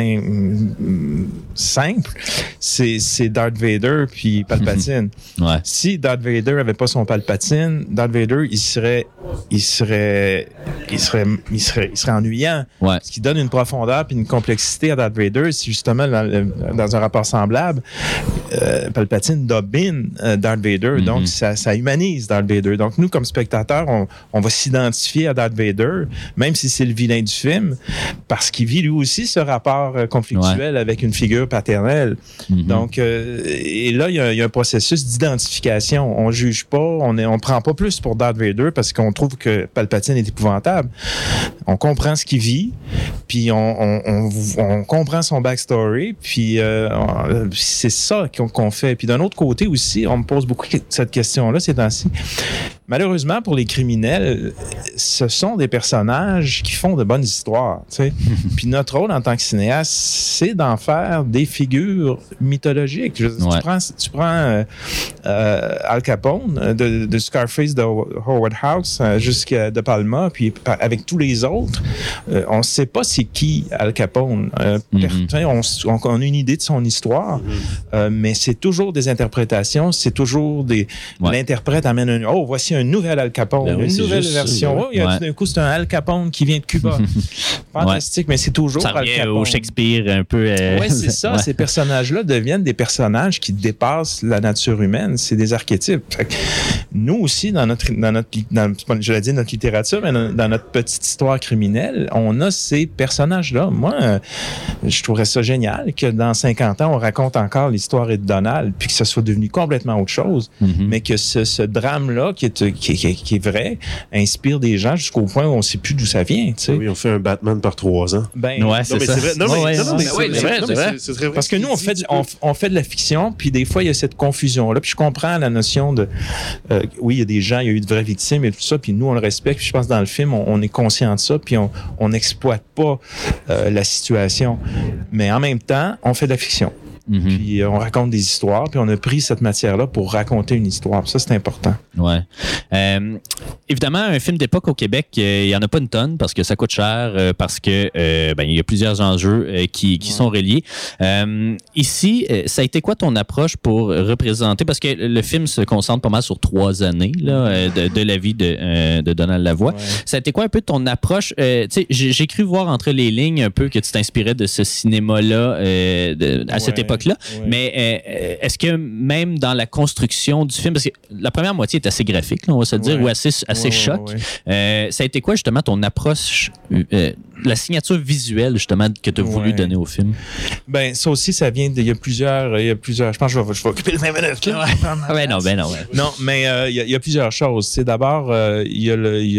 simple, c'est Darth Vader puis Palpatine. Ouais. Si Darth Vader avait pas son Palpatine, Darth Vader, il serait ennuyant. Ouais. Ce qui donne une profondeur puis une complexité à Darth Vader, c'est justement dans un rapport semblable, Palpatine domine Darth Vader, donc ça humanise Darth Vader. Donc nous, comme spectateurs, on va s'identifier à Darth Vader, même si c'est le vilain du film, parce qu'il vit lui aussi ce rapport conflictuel avec une figure paternelle. Donc, et là, il y a un processus d'identification. On juge pas, on prend pas plus pour Darth Vader parce qu'on trouve que Palpatine est épouvantable. On comprend ce qu'il vit, puis on comprend son backstory, puis c'est ça qu'on fait. Puis d'un autre côté aussi, on me pose beaucoup cette question-là ces temps-ci. Malheureusement, pour les criminels, ce sont des personnages qui font de bonnes histoires, tu sais. Puis notre rôle en tant que cinéaste, c'est d'en faire des figures mythologiques. Tu prends Al Capone, de Scarface de Howard Hawks jusqu'à De Palma, puis avec tous les autres, on ne sait pas c'est qui Al Capone. On a une idée de son histoire, mais c'est toujours des interprétations, c'est toujours l'interprète amène voici un nouvel Al Capone, une nouvelle version. D'un coup, c'est un Al Capone qui vient de Cuba. Fantastique, mais c'est toujours ça Al Capone. Au Shakespeare un peu. Oui, c'est ça. Ouais. Ces personnages-là deviennent des personnages qui dépassent la nature humaine. C'est des archétypes. Fait que nous aussi, dans notre je l'ai dit, notre littérature, mais dans notre petite histoire criminelle, on a ces personnages-là. Moi, je trouverais ça génial que dans 50 ans, on raconte encore l'histoire de Donald, puis que ça soit devenu complètement autre chose, mais que ce drame-là, qui est vrai, inspire des gens jusqu'au point où on ne sait plus d'où ça vient. Tu sais. Oui, on fait un Batman par 3 ans. C'est ça. C'est vrai. Parce que nous, on fait de la fiction, puis des fois, il y a cette confusion-là. Puis je comprends la notion de... oui, il y a des gens, il y a eu de vraies victimes et tout ça, puis nous, on le respecte. Puis je pense que dans le film, on est conscient de ça, puis on n'exploite pas la situation. Mais en même temps, on fait de la fiction. Puis on raconte des histoires, puis on a pris cette matière-là pour raconter une histoire. Ça, c'est important. Ouais. Évidemment, un film d'époque au Québec, il n'y en a pas une tonne parce que ça coûte cher, parce que il y a plusieurs enjeux qui sont reliés. Ici, ça a été quoi ton approche pour représenter, parce que le film se concentre pas mal sur 3 années là, de la vie de Donald Lavoie. Ouais. Ça a été quoi un peu ton approche? J'ai cru voir entre les lignes un peu que tu t'inspirais de ce cinéma-là à cette époque-là. Mais est-ce que même dans la construction du film, parce que la première moitié est assez graphique, là, on va se dire, ou assez choc, ça a été quoi justement ton approche, la signature visuelle justement que tu as voulu donner au film? Ben ça aussi, ça vient il y a plusieurs. Je pense que je vais occuper le 20 minutes. Là. Non, mais il y a plusieurs choses. C'est d'abord il y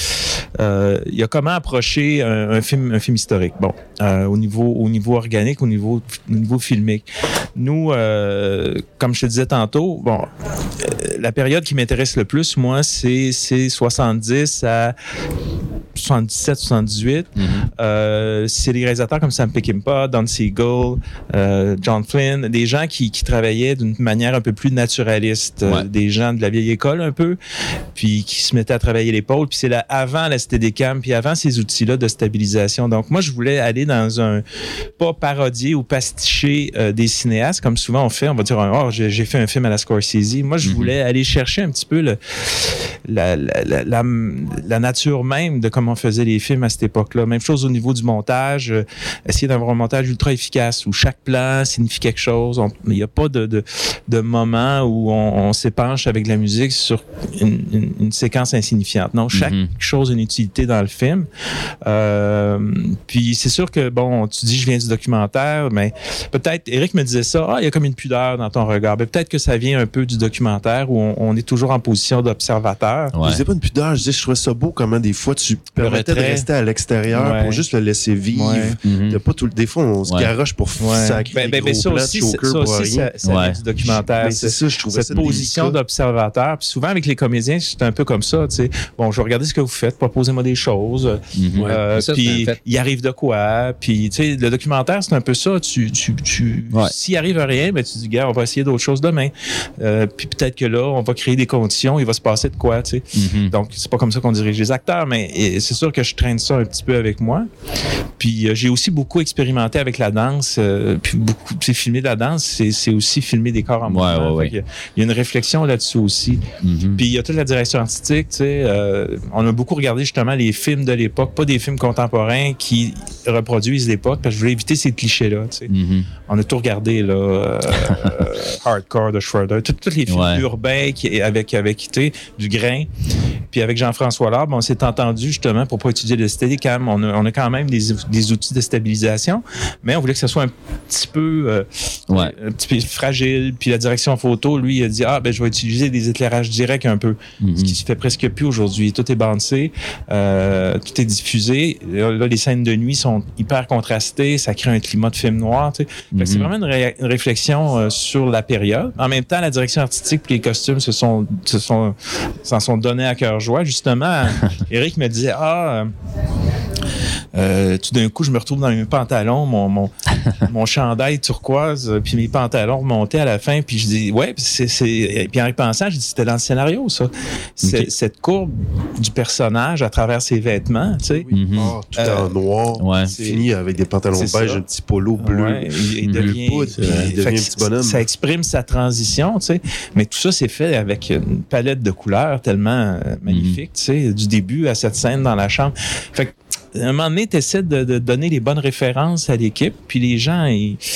a comment approcher un film historique. Bon, au niveau organique, au niveau filmique. Nous, comme je te disais tantôt, la période qui m'intéresse le plus, moi, c'est 70 à 77, 78. C'est des réalisateurs comme Sam Peckinpah, Don Siegel, John Flynn, des gens qui travaillaient d'une manière un peu plus naturaliste, des gens de la vieille école un peu, puis qui se mettaient à travailler l'épaule. Puis c'est là avant la Steadicam, puis avant ces outils-là de stabilisation. Donc moi, je voulais aller dans un, pas parodier ou pasticher des cinéastes, comme souvent on fait, on va dire, oh, j'ai fait un film à la Scorsese. Moi, je voulais aller chercher un petit peu la nature même de comment on faisait les films à cette époque-là. Même chose au niveau du montage, essayer d'avoir un montage ultra efficace où chaque plan signifie quelque chose. Il n'y a pas de moment où on s'épanche avec la musique sur une séquence insignifiante. Non, chaque chose a une utilité dans le film. Puis c'est sûr que, bon, tu dis je viens du documentaire, mais peut-être, Éric me disait ça, il y a comme une pudeur dans ton regard. Mais peut-être que ça vient un peu du documentaire où on est toujours en position d'observateur. Je disais pas une pudeur, je trouvais ça beau comment des fois tu permettais de rester à l'extérieur pour juste le laisser vivre. Pas tout, des fois, on se garoche pour sacrer des gros ça plans aussi, de choker pour rien. Ça vient du documentaire. Mais c'est ça, je trouvais cette position d'observateur. Puis souvent, avec les comédiens, c'est un peu comme ça. Tu sais. Bon, je vais regarder ce que vous faites, proposez-moi des choses. Puis il arrive de quoi. Puis, tu sais, le documentaire, c'est un peu ça. S'il arrive à rien, ben, tu dis, gars, on va essayer d'autres choses demain. Puis peut-être que là, on va créer des conditions, il va se passer de quoi, tu sais. Donc, c'est pas comme ça qu'on dirige les acteurs, mais c'est sûr que je traîne ça un petit peu avec moi. Puis, j'ai aussi beaucoup expérimenté avec la danse. Puis, beaucoup, tu sais, filmer de la danse, c'est aussi filmer des corps en mouvement. Il y a une réflexion là-dessus aussi. Puis, il y a toute la direction artistique, tu sais. On a beaucoup regardé justement les films de l'époque, pas des films contemporains qui reproduisent l'époque, parce que je voulais éviter ces clichés-là, tu sais. On a tout regardé, là, Hardcore de Schroeder, tous les films urbains avec du grain. Puis avec Jean-François Lard, on s'est entendu justement pour pas étudier le Steadicam. On a quand même des outils de stabilisation, mais on voulait que ça soit un petit peu fragile. Puis la direction photo, lui, il a dit je vais utiliser des éclairages directs un peu, ce qui se fait presque plus aujourd'hui. Tout est bandé, tout est diffusé. Là, les scènes de nuit sont hyper contrastées, ça crée un climat de film noir. Tu sais. Fait que c'est vraiment une réflexion sur la période. En même temps, la direction artistique et les costumes s'en sont donnés à cœur joie. Justement, Éric me disait tout d'un coup, je me retrouve dans mes pantalons, mon chandail turquoise, puis mes pantalons remontés à la fin, puis je dis, puis en repensant, je dis, c'était dans le scénario, ça. Cette courbe du personnage à travers ses vêtements, tu sais. Tout en noir, fini avec des pantalons beige, un petit polo bleu, il devient un petit bonhomme. Ça exprime sa transition, tu sais. Mais tout ça, c'est fait avec une palette de couleurs tellement magnifique, tu sais, du début à cette scène dans la chambre. Fait que, à un moment donné, tu essaies de donner les bonnes références à l'équipe, puis les gens,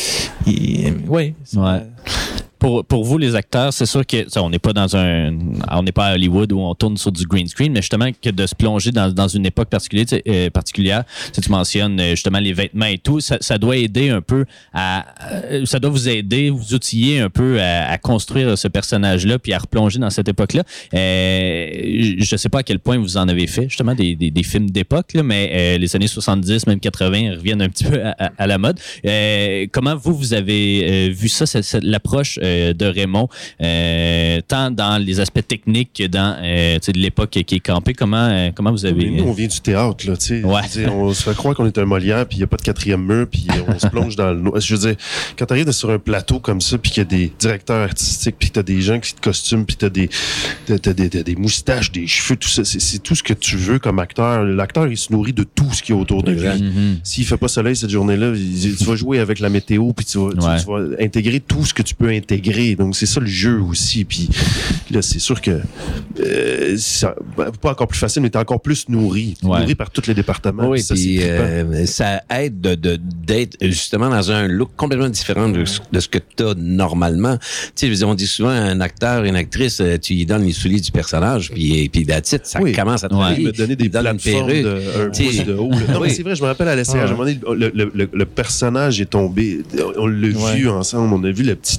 Pour vous, les acteurs, c'est sûr que on n'est pas on n'est pas à Hollywood où on tourne sur du green screen, mais justement que de se plonger dans une époque particulière, tu mentionnes justement les vêtements et tout, ça doit aider un peu ça doit vous aider, vous outiller un peu à construire ce personnage-là puis à replonger dans cette époque-là. Je sais pas à quel point vous en avez fait justement des films d'époque, là, mais les années 70, même 80 reviennent un petit peu à la mode. Comment vous avez vu ça, l'approche de Raymond, tant dans les aspects techniques que dans de l'époque qui est campée. Comment vous avez... Nous, on vient du théâtre, là, tu sais. On se fait croire qu'on est un Molière, puis il n'y a pas de quatrième mur, puis on se plonge dans le... Je veux dire, quand tu arrives sur un plateau comme ça, puis qu'il y a des directeurs artistiques, puis que tu as des gens qui te costument, puis tu as des moustaches, des cheveux, tout ça, c'est tout ce que tu veux comme acteur. L'acteur, il se nourrit de tout ce qui est autour de lui. S'il fait pas soleil cette journée-là, tu vas jouer avec la météo, puis tu vas intégrer tout ce que tu peux intégrer. Donc, c'est ça le jeu aussi. Puis là, c'est sûr que pas encore plus facile, mais t'es encore plus nourri. Nourri par tous les départements. Oui, puis ça aide d'être justement dans un look complètement différent de ce que t'as normalement. Tu sais, on dit souvent un acteur, une actrice, tu lui donnes les souliers du personnage, puis that's it, ça commence à travailler. Il me donnait des plateformes un pouce de haut. Non, mais c'est vrai, je me rappelle à l'essai, à un moment donné, le personnage est tombé. On l'a vu ensemble, on a vu le petit Polo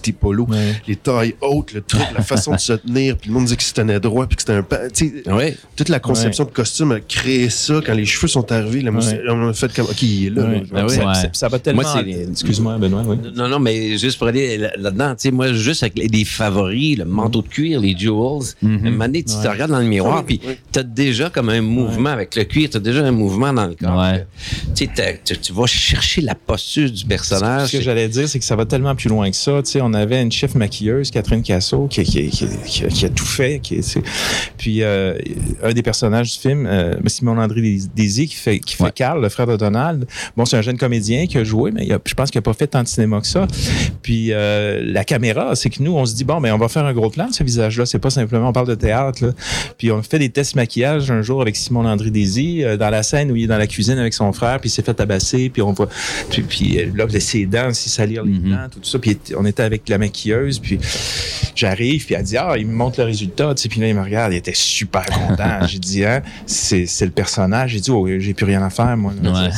les tailles hautes, le truc, la façon de se tenir, puis le monde disait que c'était droit, puis que c'était un... Ouais. Toute la conception de costume a créé ça. Quand les cheveux sont arrivés, on a fait comme... OK, il est là. Ça va tellement... Moi, excuse-moi, Benoît. Oui. Non, mais juste pour aller là-dedans, tu sais, moi, juste avec les favoris, le manteau de cuir, les jewels, un moment donné, tu te regardes dans le miroir, puis t'as déjà comme un mouvement avec le cuir, t'as déjà un mouvement dans le corps. Tu sais, tu vas chercher la posture du personnage. Ce que j'allais dire, c'est que ça va tellement plus loin que ça. Tu sais, on avait une chef maquilleuse, Catherine Casso, qui a tout fait. Puis, un des personnages du film, Simon-André Désy, qui fait Carl, le frère de Donald. Bon, c'est un jeune comédien qui a joué, mais je pense qu'il n'a pas fait tant de cinéma que ça. Puis, la caméra, c'est que nous, on se dit, bon, on va faire un gros plan de ce visage-là. C'est pas simplement, on parle de théâtre, là. Puis, on fait des tests maquillage un jour avec Simon-André Désy, dans la scène où il est dans la cuisine avec son frère, puis il s'est fait tabasser, puis on voit... Puis là, ses dents, aussi salir les dents, tout ça. Puis on était avec la maquilleuse, puis j'arrive, puis elle dit, il me montre le résultat, tu sais. Puis là, il me regarde, il était super content. J'ai dit, c'est le personnage. J'ai dit, j'ai plus rien à faire, moi.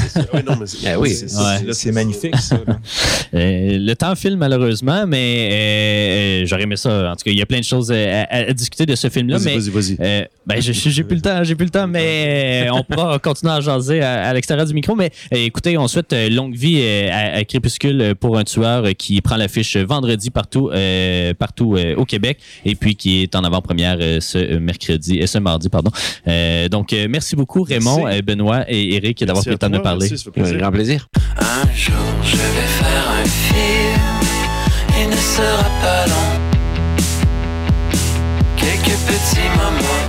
C'est magnifique, ça. Le temps file, malheureusement, mais j'aurais aimé ça. En tout cas, il y a plein de choses à discuter de ce film-là. Vas-y. J'ai plus le temps, mais on pourra continuer à jaser à l'extérieur du micro. Mais écoutez, on souhaite longue vie à Crépuscule pour un tueur qui prend l'affiche vendredi partout au Québec et puis qui est en avant-première ce mardi. Donc, merci beaucoup Raymond, Benoît et Éric d'avoir pris le temps de me parler. Merci, ça fait plaisir. Un grand plaisir. Un jour, je vais faire un film. Il ne sera pas long. Quelques petits moments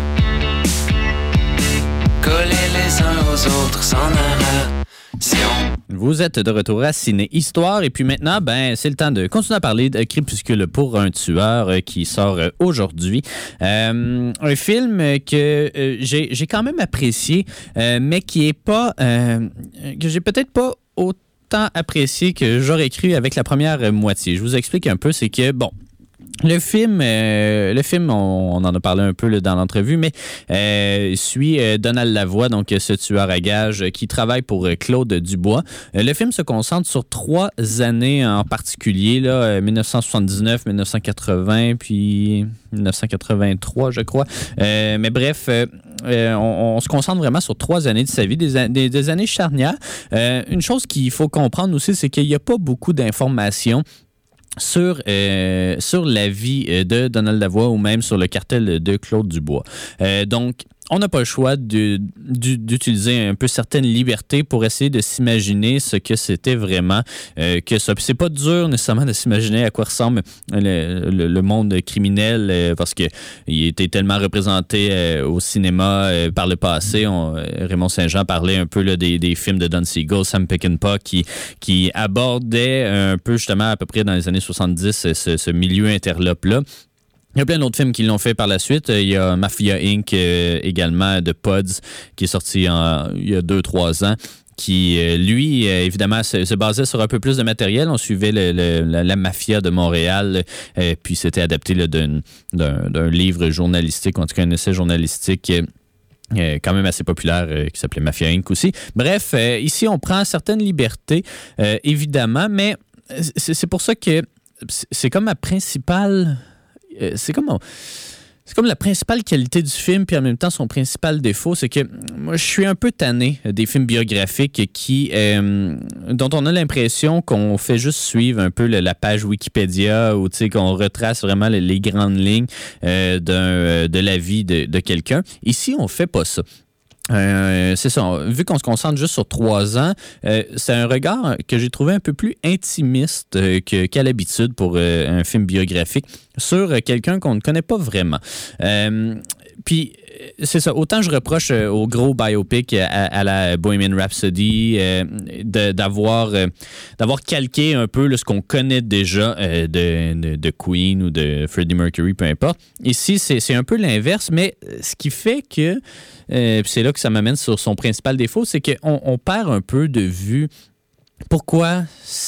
collés les uns aux autres sans narration. Vous êtes de retour à Ciné Histoire et puis maintenant, c'est le temps de continuer à parler de Crépuscule pour un tueur qui sort aujourd'hui. Un film que j'ai quand même apprécié, mais qui est pas... que j'ai peut-être pas autant apprécié que j'aurais cru avec la première moitié. Je vous explique un peu, c'est que, bon... Le film, on en a parlé un peu là, dans l'entrevue, mais suit Donald Lavoie, donc ce tueur à gages qui travaille pour Claude Dubois. Le film se concentre sur 3 années en particulier, là, 1979, 1980, puis 1983, je crois. Mais bref, on se concentre vraiment sur 3 années de sa vie, des années charnières. Une chose qu'il faut comprendre aussi, c'est qu'il n'y a pas beaucoup d'informations sur la vie de Donald Lavoie ou même sur le cartel de Claude Dubois. Donc, on n'a pas le choix d'utiliser un peu certaines libertés pour essayer de s'imaginer ce que c'était vraiment que ça. Puis c'est pas dur nécessairement de s'imaginer à quoi ressemble le monde criminel parce qu'il était tellement représenté au cinéma par le passé. Raymond Saint-Jean parlait un peu là, des films de Don Siegel, Sam Peckinpah qui abordaient un peu justement à peu près dans les années 70 ce milieu interlope-là. Il y a plein d'autres films qui l'ont fait par la suite. Il y a Mafia Inc. Également de Pods qui est sorti il y a 2-3 ans qui, lui, évidemment, se basait sur un peu plus de matériel. On suivait la mafia de Montréal, puis c'était adapté là, d'un livre journalistique, en tout cas un essai journalistique quand même assez populaire qui s'appelait Mafia Inc. aussi. Bref, ici, on prend certaines libertés, évidemment, mais c'est pour ça que c'est comme ma principale... C'est comme la principale qualité du film, puis en même temps, son principal défaut, c'est que moi, je suis un peu tanné des films biographiques dont on a l'impression qu'on fait juste suivre un peu la page Wikipédia ou qu'on retrace vraiment les grandes lignes de la vie de quelqu'un. Ici, on fait pas ça. C'est ça. Vu qu'on se concentre juste sur 3 ans, c'est un regard que j'ai trouvé un peu plus intimiste qu'à l'habitude pour un film biographique sur quelqu'un qu'on ne connaît pas vraiment. Puis, c'est ça. Autant je reproche au gros biopic à la Bohemian Rhapsody d'avoir calqué un peu là, ce qu'on connaît déjà de Queen ou de Freddie Mercury, peu importe. Ici, c'est un peu l'inverse, mais ce qui fait que c'est là que ça m'amène sur son principal défaut, c'est qu'on perd un peu de vue pourquoi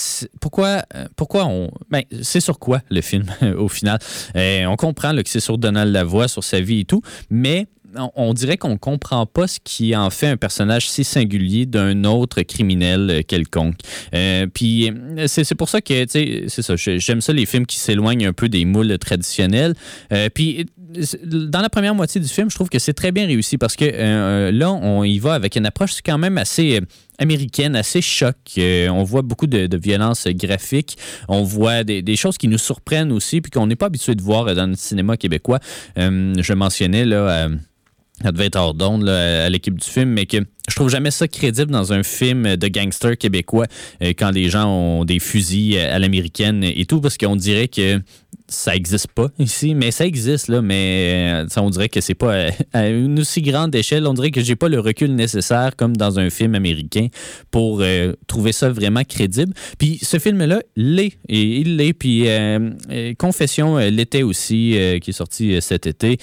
on... c'est sur quoi le film au final? On comprend là, que c'est sur Donald Lavoie, sur sa vie et tout, mais on dirait qu'on comprend pas ce qui en fait un personnage si singulier d'un autre criminel quelconque. Puis c'est pour ça que, tu sais, c'est ça, j'aime ça, les films qui s'éloignent un peu des moules traditionnels. Puis dans la première moitié du film, je trouve que c'est très bien réussi parce que là, on y va avec une approche quand même assez américaine, assez choc. On voit beaucoup de violence graphique. On voit des choses qui nous surprennent aussi puis qu'on n'est pas habitué de voir dans notre cinéma québécois. Je mentionnais, là... ça devait être hors d'onde là, à l'équipe du film, mais que je trouve jamais ça crédible dans un film de gangsters québécois quand les gens ont des fusils à l'américaine et tout, parce qu'on dirait que ça n'existe pas ici, mais ça existe, là, mais on dirait que c'est pas à une aussi grande échelle. On dirait que j'ai pas le recul nécessaire comme dans un film américain pour trouver ça vraiment crédible. Puis ce film-là l'est, et il l'est. Puis Confession l'était aussi, qui est sorti cet été.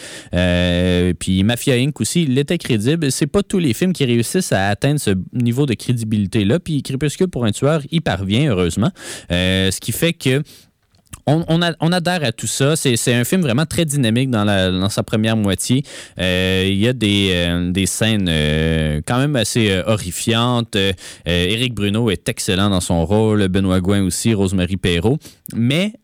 Puis Mafia Inc. aussi, il était crédible. C'est pas tous les films qui réussissent à atteindre ce niveau de crédibilité-là. Puis Crépuscule pour un tueur y parvient, heureusement. Ce qui fait que on adhère à tout ça. C'est un film vraiment très dynamique dans sa première moitié. Il y a des scènes quand même assez horrifiantes. Éric Bruno est excellent dans son rôle. Benoît Gouin aussi, Rosemary Perrault. Mais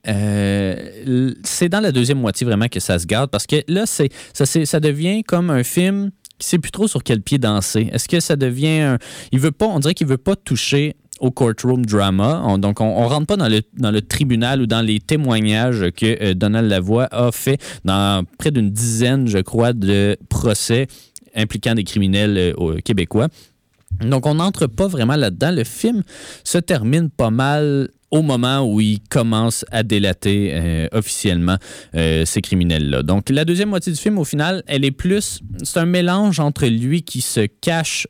c'est dans la deuxième moitié vraiment que ça se garde parce que là, ça devient comme un film qui ne sait plus trop sur quel pied danser. Est-ce que ça devient... on dirait qu'il ne veut pas toucher au courtroom drama. Donc, on rentre pas dans le tribunal ou dans les témoignages que Donald Lavoie a fait dans près d'une dizaine, je crois, de procès impliquant des criminels québécois. Donc, on n'entre pas vraiment là-dedans. Le film se termine pas mal au moment où il commence à délater officiellement ces criminels-là. Donc, la deuxième moitié du film, au final, elle est plus... C'est un mélange entre lui qui se cache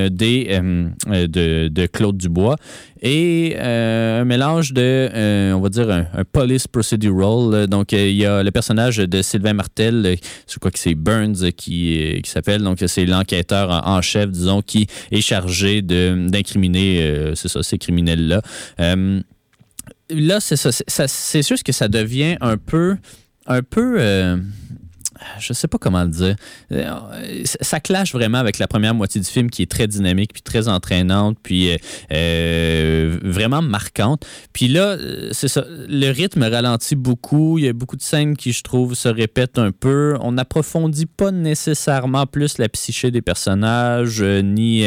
de Claude Dubois et un mélange de, on va dire, un police procedural. Donc, il y a le personnage de Sylvain Martel, je crois que c'est Burns qui s'appelle. Donc, c'est l'enquêteur en chef, disons, qui est chargé d'incriminer, c'est ça, ces criminels-là. Là, c'est ça. C'est juste que ça devient un peu je sais pas comment le dire. Ça clash vraiment avec la première moitié du film qui est très dynamique, puis très entraînante, puis vraiment marquante. Puis là, c'est ça. Le rythme ralentit beaucoup. Il y a beaucoup de scènes qui, je trouve, se répètent un peu. On n'approfondit pas nécessairement plus la psyché des personnages, ni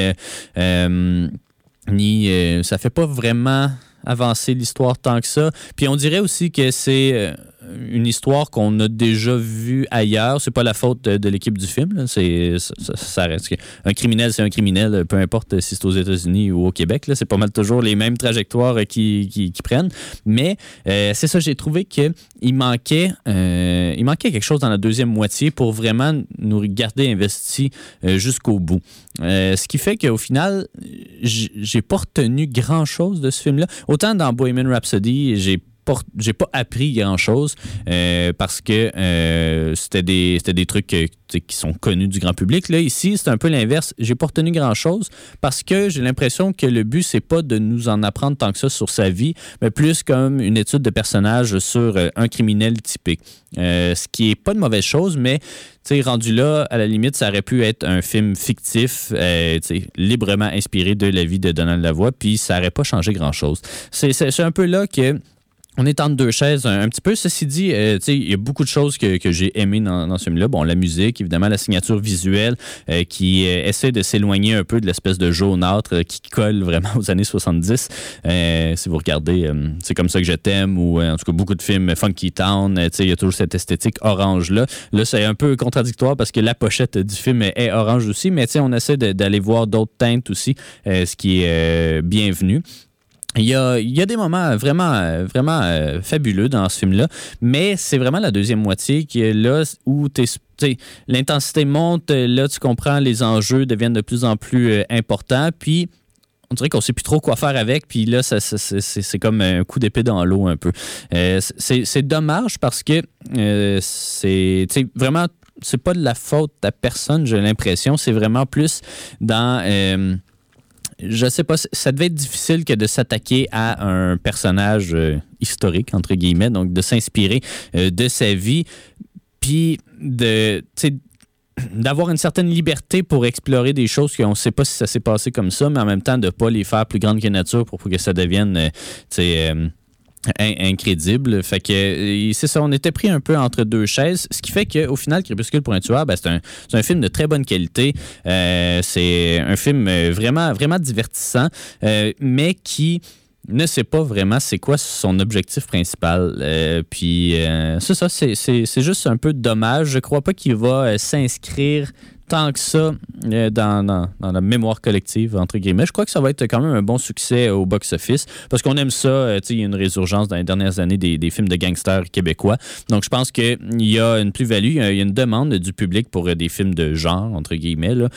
ça fait pas vraiment avancer l'histoire tant que ça. Puis on dirait aussi que c'est une histoire qu'on a déjà vue ailleurs. C'est pas la faute de l'équipe du film. Là. Ça reste un criminel, c'est un criminel, peu importe si c'est aux États-Unis ou au Québec. Là. C'est pas mal toujours les mêmes trajectoires qu'ils prennent. Mais c'est ça, j'ai trouvé qu'il manquait quelque chose dans la deuxième moitié pour vraiment nous garder investis jusqu'au bout. Ce qui fait qu'au final, j'ai pas retenu grand-chose de ce film-là. Autant dans Bohemian Rhapsody, j'ai pas appris grand-chose parce que c'était des trucs qui sont connus du grand public. Là, ici, c'est un peu l'inverse. J'ai pas retenu grand-chose parce que j'ai l'impression que le but, c'est pas de nous en apprendre tant que ça sur sa vie, mais plus comme une étude de personnage sur un criminel typique. Ce qui est pas de mauvaise chose, mais rendu là, à la limite, ça aurait pu être un film fictif, librement inspiré de la vie de Donald Lavoie, puis ça aurait pas changé grand-chose. C'est un peu là que on est entre deux chaises un petit peu. Ceci dit, il y a beaucoup de choses que j'ai aimées dans ce film-là. Bon, la musique, évidemment, la signature visuelle qui essaie de s'éloigner un peu de l'espèce de jaunâtre qui colle vraiment aux années 70. Si vous regardez C'est comme ça que je t'aime ou en tout cas beaucoup de films Funky Town, il y a toujours cette esthétique orange-là. Là, c'est un peu contradictoire parce que la pochette du film est orange aussi, mais on essaie d'aller voir d'autres teintes aussi, ce qui est bienvenu. Il y a des moments vraiment fabuleux dans ce film-là, mais c'est vraiment la deuxième moitié qui est là où l'intensité monte, là tu comprends, les enjeux deviennent de plus en plus importants, puis on dirait qu'on ne sait plus trop quoi faire avec, puis là, c'est comme un coup d'épée dans l'eau un peu. C'est dommage parce que c'est vraiment, c'est pas de la faute à personne, j'ai l'impression, c'est vraiment plus dans... je sais pas, ça devait être difficile que de s'attaquer à un personnage historique, entre guillemets, donc de s'inspirer de sa vie, puis d'avoir une certaine liberté pour explorer des choses qu'on ne sait pas si ça s'est passé comme ça, mais en même temps de ne pas les faire plus grandes que nature pour que ça devienne incrédible. Fait que c'est ça, on était pris un peu entre deux chaises, ce qui fait qu'au final, Crépuscule pour un tueur, c'est un film de très bonne qualité. C'est un film vraiment, vraiment divertissant, mais qui ne sait pas vraiment c'est quoi son objectif principal. Puis c'est ça, c'est juste un peu dommage. Je crois pas qu'il va s'inscrire tant que ça dans la mémoire collective, entre guillemets. Je crois que ça va être quand même un bon succès au box-office parce qu'on aime ça. Il y a une résurgence dans les dernières années des films de gangsters québécois. Donc, je pense qu'il y a une plus-value, il y a une demande du public pour des films de genre, entre guillemets. Là.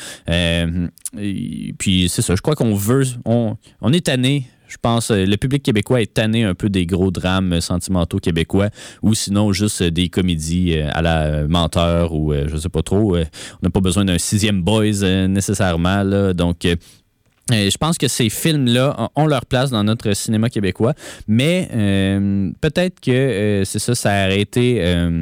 Puis, c'est ça. Je crois qu'on veut... On est tanné. Je pense le public québécois est tanné un peu des gros drames sentimentaux québécois ou sinon juste des comédies à la Menteur ou je sais pas trop. On n'a pas besoin d'un 6e Boys nécessairement. Là, donc, je pense que ces films-là ont leur place dans notre cinéma québécois, mais peut-être que c'est ça, ça aurait été,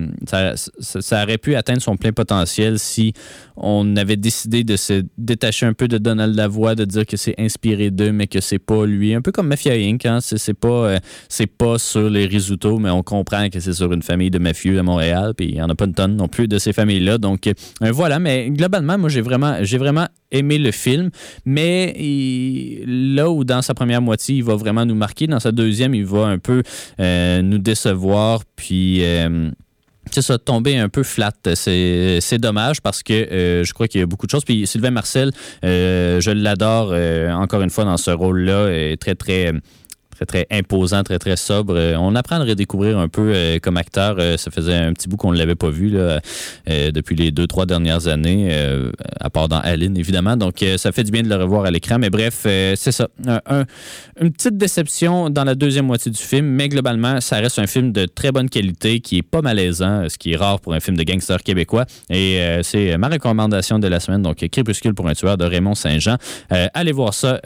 ça aurait pu atteindre son plein potentiel si on avait décidé de se détacher un peu de Donald Lavoie, de dire que c'est inspiré d'eux, mais que c'est pas lui. Un peu comme Mafia Inc. Hein? C'est pas sur les risottos, mais on comprend que c'est sur une famille de mafieux à Montréal, puis il n'y en a pas une tonne non plus de ces familles-là. Donc voilà, mais globalement, moi j'ai vraiment aimé le film, mais là où dans sa première moitié, il va vraiment nous marquer, dans sa deuxième, il va un peu nous décevoir, puis c'est ça, tomber un peu flat. C'est dommage parce que je crois qu'il y a beaucoup de choses. Puis Sylvain Marcel, je l'adore encore une fois dans ce rôle-là, très, très... très, très imposant, très, très sobre. On apprend à le redécouvrir un peu comme acteur. Ça faisait un petit bout qu'on ne l'avait pas vu là, depuis les 2-3 dernières années, à part dans Aline, évidemment. Donc, ça fait du bien de le revoir à l'écran. Mais bref, c'est ça. Une petite déception dans la deuxième moitié du film, mais globalement, ça reste un film de très bonne qualité qui est pas malaisant, ce qui est rare pour un film de gangster québécois. Et c'est ma recommandation de la semaine. Donc, Crépuscule pour un tueur de Raymond Saint-Jean. Allez voir ça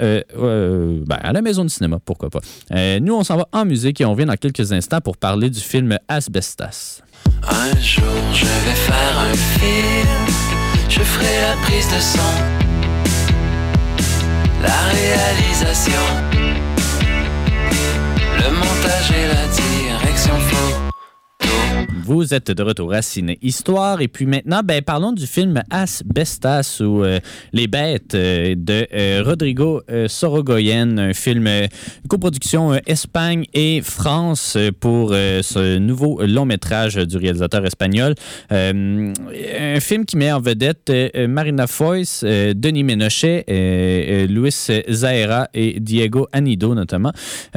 à la Maison du cinéma, pourquoi pas. Nous, on s'en va en musique et on vient dans quelques instants pour parler du film Asbestas. Un jour, je vais faire un film. Je ferai la prise de son, la réalisation, le montage et la direction photo. Vous êtes de retour à Ciné Histoire. Et puis maintenant, parlons du film Asbestas ou Les Bêtes de Rodrigo Sorogoyen, un film, une coproduction Espagne et France pour ce nouveau long-métrage du réalisateur espagnol. Un film qui met en vedette Marina Foïs, Denis Ménochet, Luis Zahera et Diego Anido notamment.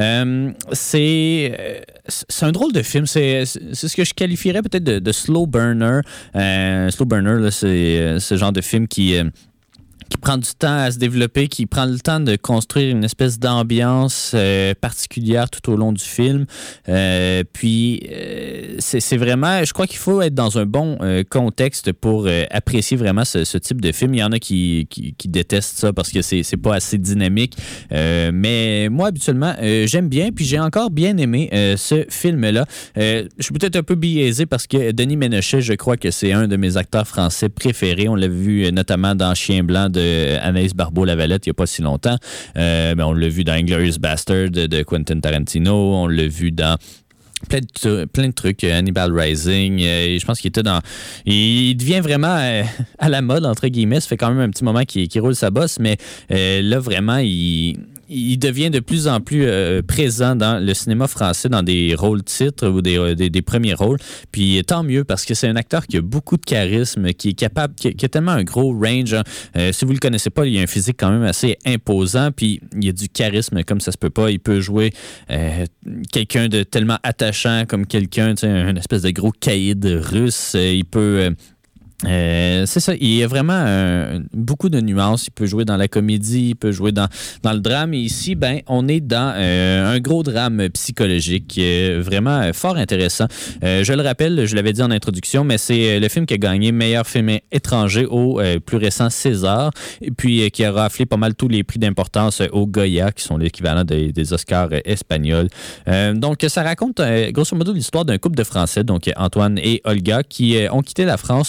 C'est un drôle de film. C'est ce que je qualifierais peut-être de slow burner. Slow burner, là, c'est ce genre de film qui prend du temps à se développer, qui prend le temps de construire une espèce d'ambiance particulière tout au long du film. Puis, c'est vraiment... Je crois qu'il faut être dans un bon contexte pour apprécier vraiment ce type de film. Il y en a qui détestent ça parce que c'est pas assez dynamique. Mais moi, habituellement, j'aime bien, puis j'ai encore bien aimé ce film-là. Je suis peut-être un peu biaisé parce que Denis Ménochet, je crois que c'est un de mes acteurs français préférés. On l'a vu notamment dans Chien blanc de Anaïs Barbeau-Lavalette il n'y a pas si longtemps. Mais on l'a vu dans Inglourious Bastard de Quentin Tarantino. On l'a vu dans plein de trucs. Hannibal Rising. Je pense qu'il était dans... Il devient vraiment à la mode, entre guillemets. Ça fait quand même un petit moment qu'il roule sa bosse, mais là, vraiment, il devient de plus en plus présent dans le cinéma français, dans des rôles titres ou des premiers rôles. Puis tant mieux, parce que c'est un acteur qui a beaucoup de charisme, qui est capable, qui a tellement un gros range. Si vous le connaissez pas, il a un physique quand même assez imposant, puis il a du charisme comme ça se peut pas. Il peut jouer quelqu'un de tellement attachant comme quelqu'un, un espèce de gros caïd russe. Il peut... c'est ça, il y a vraiment beaucoup de nuances. Il peut jouer dans la comédie, il peut jouer dans le drame. Et ici, on est dans un gros drame psychologique vraiment fort intéressant. Je le rappelle, je l'avais dit en introduction, mais c'est le film qui a gagné meilleur film étranger au plus récent César, et puis qui a raflé pas mal tous les prix d'importance au Goya, qui sont l'équivalent des Oscars espagnols. Donc, ça raconte grosso modo l'histoire d'un couple de Français, donc Antoine et Olga, qui ont quitté la France pour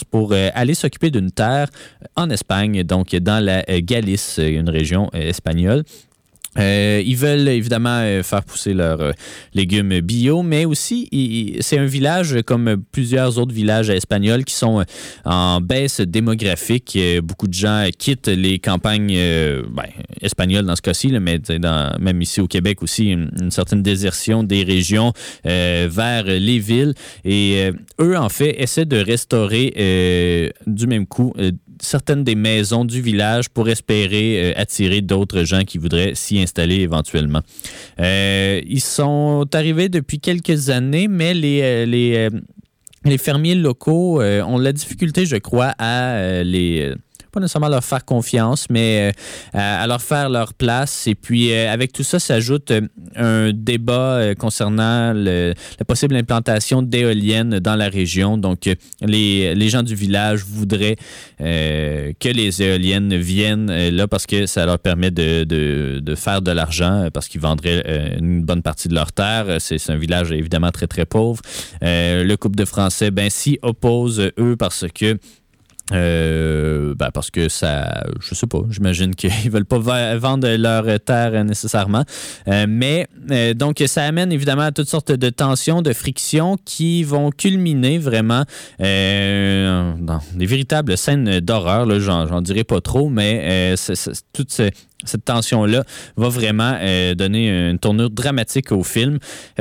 aller s'occuper d'une terre en Espagne, donc dans la Galice, une région espagnole. Ils veulent évidemment faire pousser leurs légumes bio, mais aussi c'est un village comme plusieurs autres villages espagnols qui sont en baisse démographique. Beaucoup de gens quittent les campagnes espagnoles dans ce cas-ci, là, mais même ici au Québec aussi, une certaine désertion des régions vers les villes. Et eux, en fait, essaient de restaurer du même coup certaines des maisons du village pour espérer attirer d'autres gens qui voudraient s'y installer éventuellement. Ils sont arrivés depuis quelques années, mais les fermiers locaux ont la difficulté, je crois, à pas nécessairement leur faire confiance, mais à leur faire leur place. Et puis, avec tout ça, s'ajoute un débat concernant la possible implantation d'éoliennes dans la région. Donc, les gens du village voudraient que les éoliennes viennent là parce que ça leur permet de faire de l'argent, parce qu'ils vendraient une bonne partie de leur terre. C'est un village évidemment très, très pauvre. Le couple de Français, s'y opposent, eux, parce que parce que ça, je sais pas, j'imagine qu'ils veulent pas vendre leur terre nécessairement. Donc, ça amène évidemment à toutes sortes de tensions, de frictions qui vont culminer vraiment dans des véritables scènes d'horreur. Là, j'en dirai pas trop, mais toute cette tension-là va vraiment donner une tournure dramatique au film.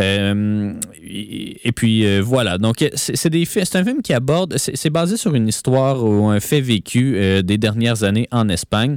Et puis, voilà. Donc, c'est un film qui aborde... C'est basé sur une histoire ou un fait vécu des dernières années en Espagne.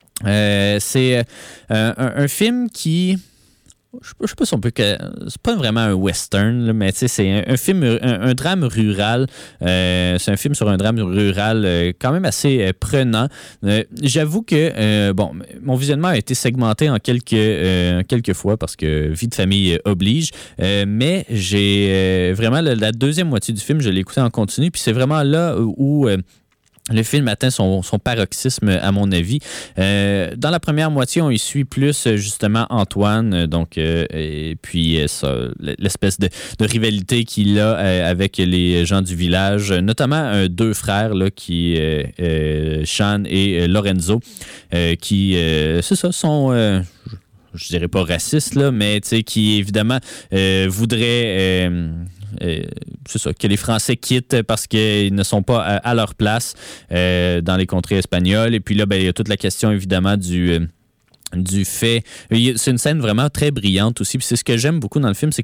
C'est un film qui... Je sais pas si on peut... C'est pas vraiment un western, là, mais c'est un film, un drame rural. C'est un film sur un drame rural quand même assez prenant. J'avoue que, mon visionnement a été segmenté en quelques fois parce que vie de famille oblige. Mais j'ai vraiment la deuxième moitié du film, je l'ai écouté en continu. Puis c'est vraiment là où le film atteint son paroxysme, à mon avis. Dans la première moitié, on y suit plus, justement, Antoine, et puis l'espèce de rivalité qu'il a avec les gens du village, notamment deux frères, là, qui Sean et Lorenzo, qui, c'est ça, sont... je dirais pas racistes, là, mais qui, évidemment, voudraient... c'est ça, que les Français quittent parce qu'ils ne sont pas à leur place dans les contrées espagnoles. Et puis là, il y a toute la question, évidemment, du fait... C'est une scène vraiment très brillante aussi. Puis c'est ce que j'aime beaucoup dans le film, c'est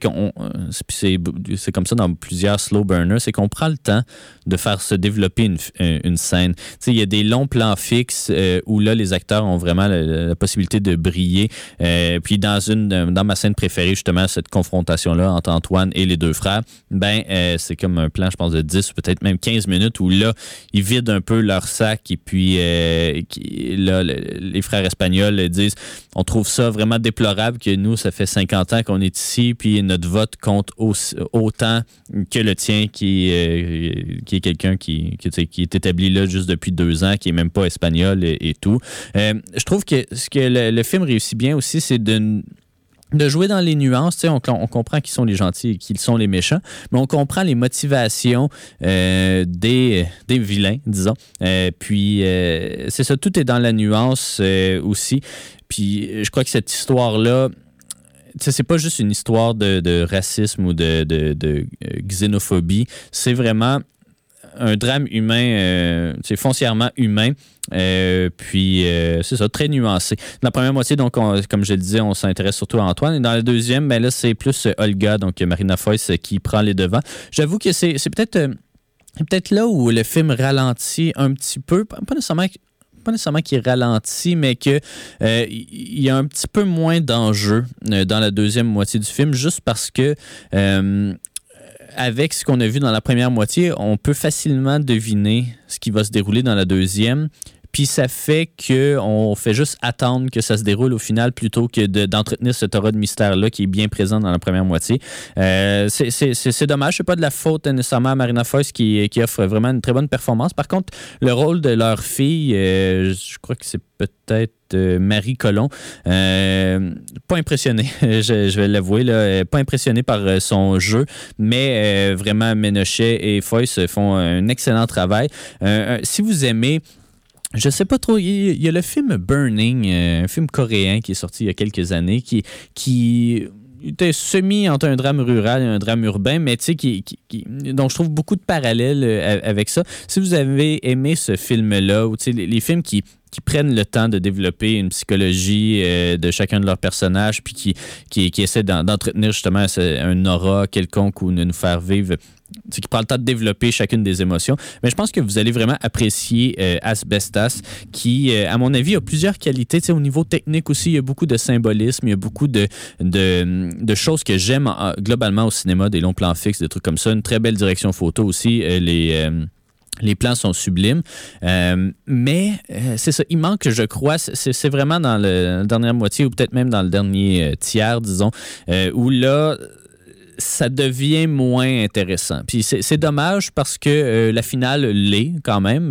c'est comme ça dans plusieurs slow burners, c'est qu'on prend le temps de faire se développer une scène. Il y a des longs plans fixes où là, les acteurs ont vraiment la possibilité de briller. Puis dans ma scène préférée, justement, cette confrontation-là entre Antoine et les deux frères, c'est comme un plan, je pense, de 10 ou peut-être même 15 minutes où là, ils vident un peu leur sac et puis là, les frères espagnols disent on trouve ça vraiment déplorable que nous, ça fait 50 ans qu'on est ici, puis notre vote compte autant que le tien, qui est quelqu'un qui est établi là juste depuis 2 ans, qui est même pas espagnol et tout. Je trouve que ce que le film réussit bien aussi, c'est de jouer dans les nuances. On comprend qui sont les gentils et qui sont les méchants, mais on comprend les motivations des vilains, disons. Puis, c'est ça, tout est dans la nuance aussi. Puis, je crois que cette histoire-là, c'est pas juste une histoire de racisme ou de xénophobie. C'est vraiment un drame humain, c'est foncièrement humain. Puis, c'est ça, très nuancé. Dans la première moitié, donc, comme je le disais, on s'intéresse surtout à Antoine. Et dans la deuxième, là, c'est plus Olga, donc Marina Foïs, qui prend les devants. J'avoue que c'est peut-être là où le film ralentit un petit peu, pas nécessairement qu'il ralentit, mais qu'il y a un petit peu moins d'enjeux dans la deuxième moitié du film, juste parce que avec ce qu'on a vu dans la première moitié, on peut facilement deviner ce qui va se dérouler dans la deuxième. Puis ça fait qu'on fait juste attendre que ça se déroule au final plutôt que d'entretenir cette aura de mystère-là qui est bien présent dans la première moitié. C'est dommage. C'est pas de la faute nécessairement à Marina Foïs qui offre vraiment une très bonne performance. Par contre, le rôle de leur fille, je crois que c'est peut-être de Marie Colomb. Pas impressionné, je vais l'avouer, là, pas impressionné par son jeu, mais vraiment Ménochet et Foyce font un excellent travail. Si vous aimez, je sais pas trop, il y a le film Burning, un film coréen qui est sorti il y a quelques années, qui était semi entre un drame rural et un drame urbain, mais tu sais, donc je trouve beaucoup de parallèles avec ça. Si vous avez aimé ce film-là, ou tu sais, les films qui prennent le temps de développer une psychologie de chacun de leurs personnages, puis qui essaient d'entretenir justement un aura quelconque ou de nous faire vivre, qui prend le temps de développer chacune des émotions. Mais je pense que vous allez vraiment apprécier Asbestas, qui, à mon avis, a plusieurs qualités. Tu sais, au niveau technique aussi, il y a beaucoup de symbolisme, il y a beaucoup de choses que j'aime globalement au cinéma, des longs plans fixes, des trucs comme ça. Une très belle direction photo aussi. Les plans sont sublimes, mais c'est ça, il manque, je crois, c'est vraiment dans la dernière moitié ou peut-être même dans le dernier tiers, disons, où là, ça devient moins intéressant. Puis c'est dommage parce que la finale l'est quand même.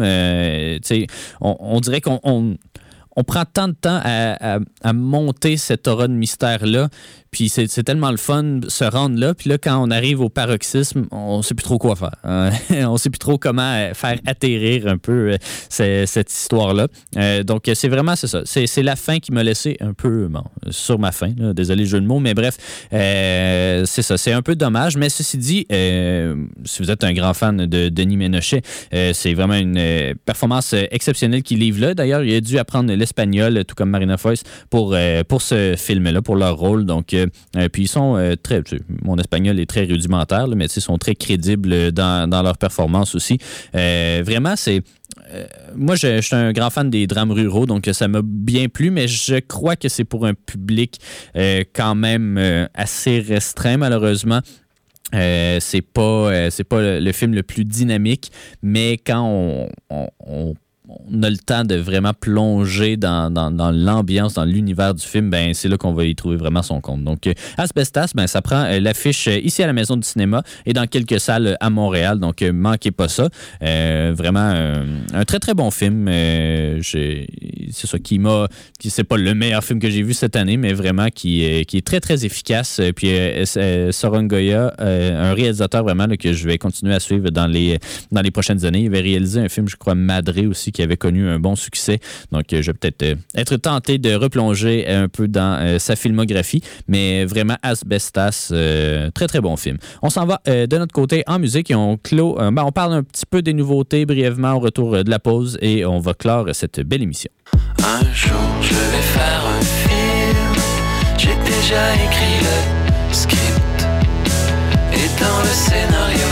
On dirait qu'on prend tant de temps à monter cette aura de mystère-là. Puis c'est tellement le fun de se rendre là. Puis là, quand on arrive au paroxysme, on ne sait plus trop quoi faire. On ne sait plus trop comment faire atterrir un peu cette histoire-là. Donc, c'est ça. C'est la fin qui m'a laissé un peu sur ma faim. Là. Désolé, jeu de mots. Mais bref, c'est ça. C'est un peu dommage. Mais ceci dit, si vous êtes un grand fan de Denis Ménochet, c'est vraiment une performance exceptionnelle qu'il livre là. D'ailleurs, il a dû apprendre l'espagnol, tout comme Marina Foïs, pour ce film-là, pour leur rôle. Donc, puis ils sont mon espagnol est très rudimentaire, là, mais ils sont très crédibles dans leur performance aussi. Vraiment, c'est... moi, je suis un grand fan des drames ruraux, donc ça m'a bien plu, mais je crois que c'est pour un public quand même assez restreint, malheureusement. C'est pas le film le plus dynamique, mais quand on a le temps de vraiment plonger dans l'ambiance, dans l'univers du film, ben c'est là qu'on va y trouver vraiment son compte. Donc, Asbestas, ben ça prend l'affiche ici à la Maison du cinéma et dans quelques salles à Montréal. Donc, manquez pas ça. Vraiment, un très, très bon film. C'est ça c'est pas le meilleur film que j'ai vu cette année, mais vraiment qui est très, très efficace. Puis, Soron Goya, un réalisateur vraiment là, que je vais continuer à suivre dans les prochaines années. Il avait réalisé un film, je crois, Madré aussi, qui avait connu un bon succès. Donc, je vais peut-être être tenté de replonger un peu dans sa filmographie, mais vraiment Asbestas, très, très bon film. On s'en va de notre côté en musique et on clôt, on parle un petit peu des nouveautés brièvement au retour de la pause et on va clore cette belle émission. Un jour, je vais faire un film. J'ai déjà écrit le script et dans le scénario,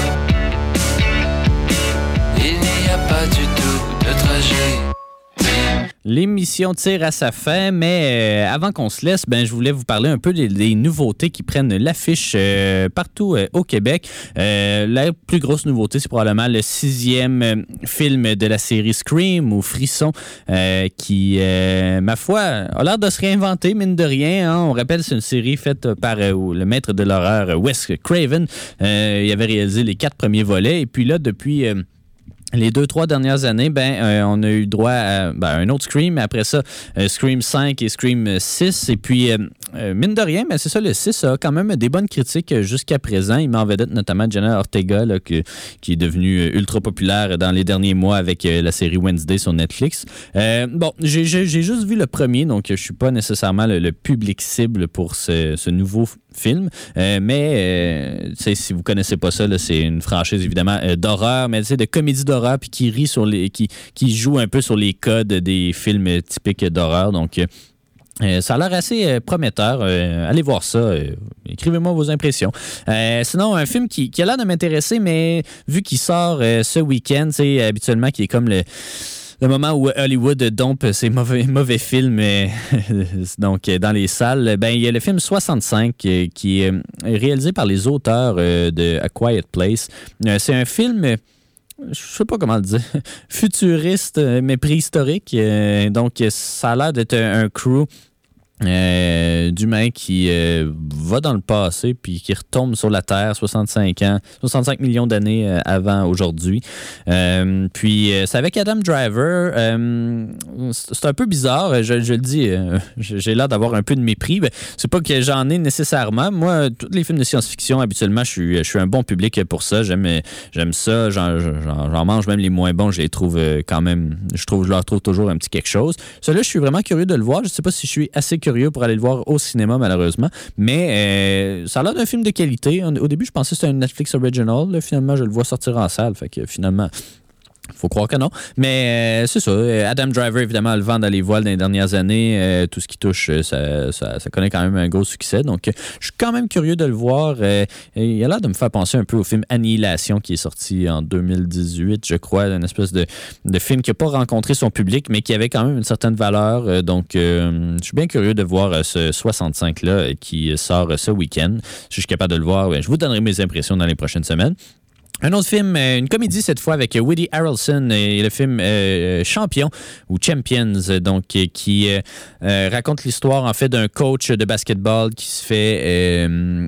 il n'y a pas du tout de trajet. L'émission tire à sa fin, mais avant qu'on se laisse, je voulais vous parler un peu des nouveautés qui prennent l'affiche partout au Québec. La plus grosse nouveauté, c'est probablement le 6e film de la série Scream ou Frisson, qui, ma foi, a l'air de se réinventer, mine de rien. Hein. On rappelle, c'est une série faite par le maître de l'horreur Wes Craven. Il avait réalisé les 4 premiers volets, et puis là, depuis... les 2-3 dernières années, on a eu droit à un autre Scream, mais après ça, Scream 5 et Scream 6. Et puis, mine de rien, c'est ça, le 6 a quand même des bonnes critiques jusqu'à présent. Il met en vedette notamment Jenna Ortega, là, qui est devenue ultra populaire dans les derniers mois avec la série Wednesday sur Netflix. J'ai juste vu le premier, donc je suis pas nécessairement le public cible pour ce nouveau film. Si vous connaissez pas ça, là, c'est une franchise évidemment d'horreur, mais de comédie d'horreur, puis qui rit qui joue un peu sur les codes des films typiques d'horreur. Donc, ça a l'air assez prometteur. Allez voir ça. Écrivez-moi vos impressions. Sinon, un film qui a l'air de m'intéresser, mais vu qu'il sort ce week-end, habituellement, qui est comme le moment où Hollywood dompe ses mauvais films donc dans les salles, il y a le film 65 qui est réalisé par les auteurs de A Quiet Place. C'est un film... je sais pas comment le dire, futuriste, mais préhistorique. Donc, ça a l'air d'être un crew d'humain qui va dans le passé puis qui retombe sur la Terre 65 millions d'années avant aujourd'hui. Puis c'est avec Adam Driver. C'est un peu bizarre, je le dis, j'ai l'air d'avoir un peu de mépris. C'est pas que j'en ai nécessairement. Moi, tous les films de science-fiction, habituellement, je suis un bon public pour ça. J'aime ça. J'en mange même les moins bons. Je les trouve quand même. Je leur trouve toujours un petit quelque chose. Celui-là, je suis vraiment curieux de le voir. Je sais pas si je suis assez curieux pour aller le voir au cinéma, malheureusement. Mais ça a l'air d'un film de qualité. Au début, je pensais que c'était un Netflix original. Là, finalement, je le vois sortir en salle. Fait que finalement, faut croire que non. Mais c'est ça. Adam Driver, évidemment, a le vent dans les voiles dans les dernières années. Tout ce qui touche, ça connaît quand même un gros succès. Donc, je suis quand même curieux de le voir. Il a l'air de me faire penser un peu au film Annihilation qui est sorti en 2018, je crois. Une espèce de film qui n'a pas rencontré son public, mais qui avait quand même une certaine valeur. Donc, je suis bien curieux de voir ce 65-là qui sort ce week-end. Si je suis capable de le voir, je vous donnerai mes impressions dans les prochaines semaines. Un autre film, une comédie cette fois avec Woody Harrelson et le film Champion ou Champions, donc qui raconte l'histoire en fait d'un coach de basketball qui se fait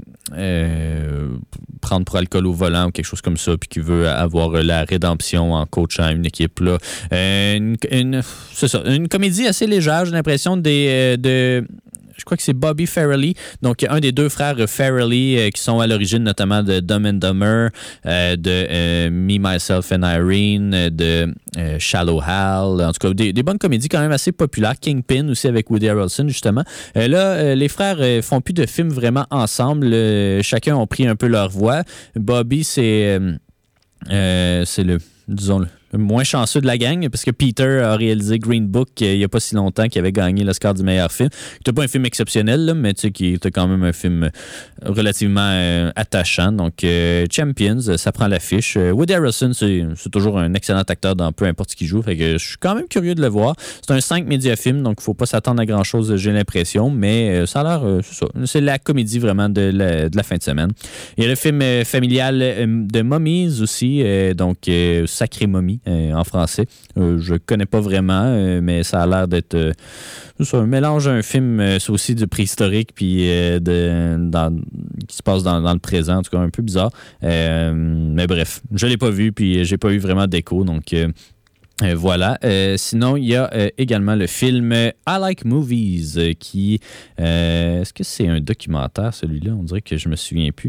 prendre pour alcool au volant ou quelque chose comme ça, puis qui veut avoir la rédemption en coachant une équipe là. C'est ça, une comédie assez légère, j'ai l'impression je crois que c'est Bobby Farrelly, donc un des deux frères Farrelly qui sont à l'origine notamment de Dumb and Dumber, de Me, Myself and Irene, de Shallow Hal, en tout cas des bonnes comédies quand même assez populaires. Kingpin aussi avec Woody Harrelson justement. Là, les frères font plus de films vraiment ensemble. Chacun ont pris un peu leur voie. Bobby, c'est le moins chanceux de la gang, parce que Peter a réalisé Green Book il n'y a pas si longtemps, qui avait gagné l'Oscar du meilleur film. C'était pas un film exceptionnel, là, mais tu sais, qui était quand même un film relativement attachant. Donc, Champions, ça prend l'affiche. Woody Harrelson, c'est toujours un excellent acteur dans peu importe ce qu'il joue. Fait que je suis quand même curieux de le voir. C'est un 5 médiafilm, donc il ne faut pas s'attendre à grand-chose, j'ai l'impression, mais ça a l'air, c'est ça. C'est la comédie vraiment de la fin de semaine. Il y a le film familial de Mummies aussi, donc Sacré Momie. En français. Je connais pas vraiment, mais ça a l'air d'être un mélange d'un film aussi du préhistorique puis qui se passe dans le présent, en tout cas un peu bizarre. Mais bref, je l'ai pas vu puis j'ai pas eu vraiment d'écho, donc voilà. Sinon, il y a également le film I Like Movies qui... est-ce que c'est un documentaire, celui-là? On dirait que je me souviens plus.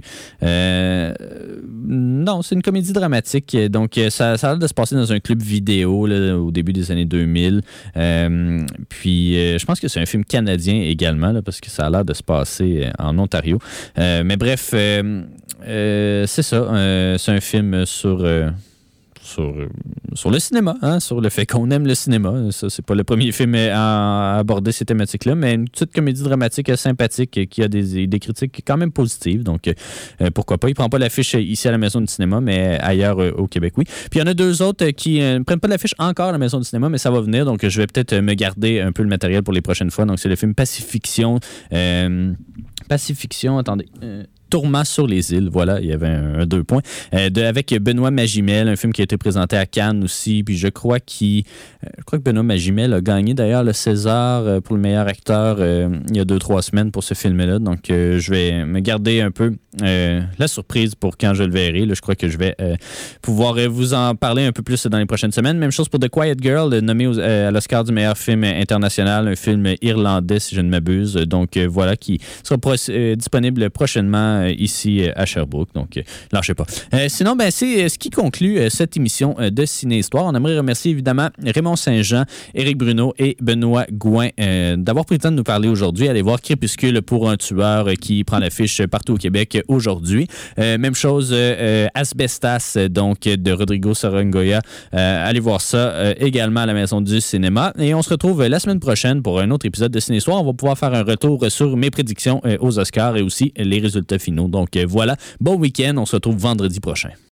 Non, c'est une comédie dramatique. Donc, ça a l'air de se passer dans un club vidéo là, au début des années 2000. Puis, je pense que c'est un film canadien également, là, parce que ça a l'air de se passer en Ontario. Mais bref, c'est ça. C'est un film sur le cinéma, hein, sur le fait qu'on aime le cinéma. Ça, c'est pas le premier film à aborder ces thématiques-là, mais une petite comédie dramatique sympathique qui a des critiques quand même positives. Donc, pourquoi pas. Il prend pas l'affiche ici à la Maison du cinéma, mais ailleurs au Québec, oui. Puis, il y en a deux autres qui ne prennent pas l'affiche encore à la Maison du cinéma, mais ça va venir. Donc, je vais peut-être me garder un peu le matériel pour les prochaines fois. Donc, c'est le film Pacifiction. Attendez... Tourment sur les îles, voilà, il y avait un 2 points. Avec Benoît Magimel, un film qui a été présenté à Cannes aussi, puis je crois que Benoît Magimel a gagné d'ailleurs le César pour le meilleur acteur il y a 2-3 semaines pour ce film-là, donc je vais me garder un peu la surprise pour quand je le verrai. Là, je crois que je vais pouvoir vous en parler un peu plus dans les prochaines semaines. Même chose pour The Quiet Girl, nommé à l'Oscar du meilleur film international, un film irlandais si je ne m'abuse, donc voilà, qui sera disponible prochainement ici à Sherbrooke, donc lâchez pas. Sinon, c'est ce qui conclut cette émission de Ciné-Histoire. On aimerait remercier évidemment Raymond Saint-Jean, Éric Bruno et Benoît Gouin d'avoir pris le temps de nous parler aujourd'hui. Allez voir Crépuscule pour un tueur qui prend l'affiche partout au Québec aujourd'hui. Même chose, Asbestas, donc de Rodrigo Sorogoyen. Allez voir ça également à la Maison du cinéma. Et on se retrouve la semaine prochaine pour un autre épisode de Ciné-Histoire. On va pouvoir faire un retour sur mes prédictions aux Oscars et aussi les résultats finaux. Donc voilà, bon week-end, on se retrouve vendredi prochain.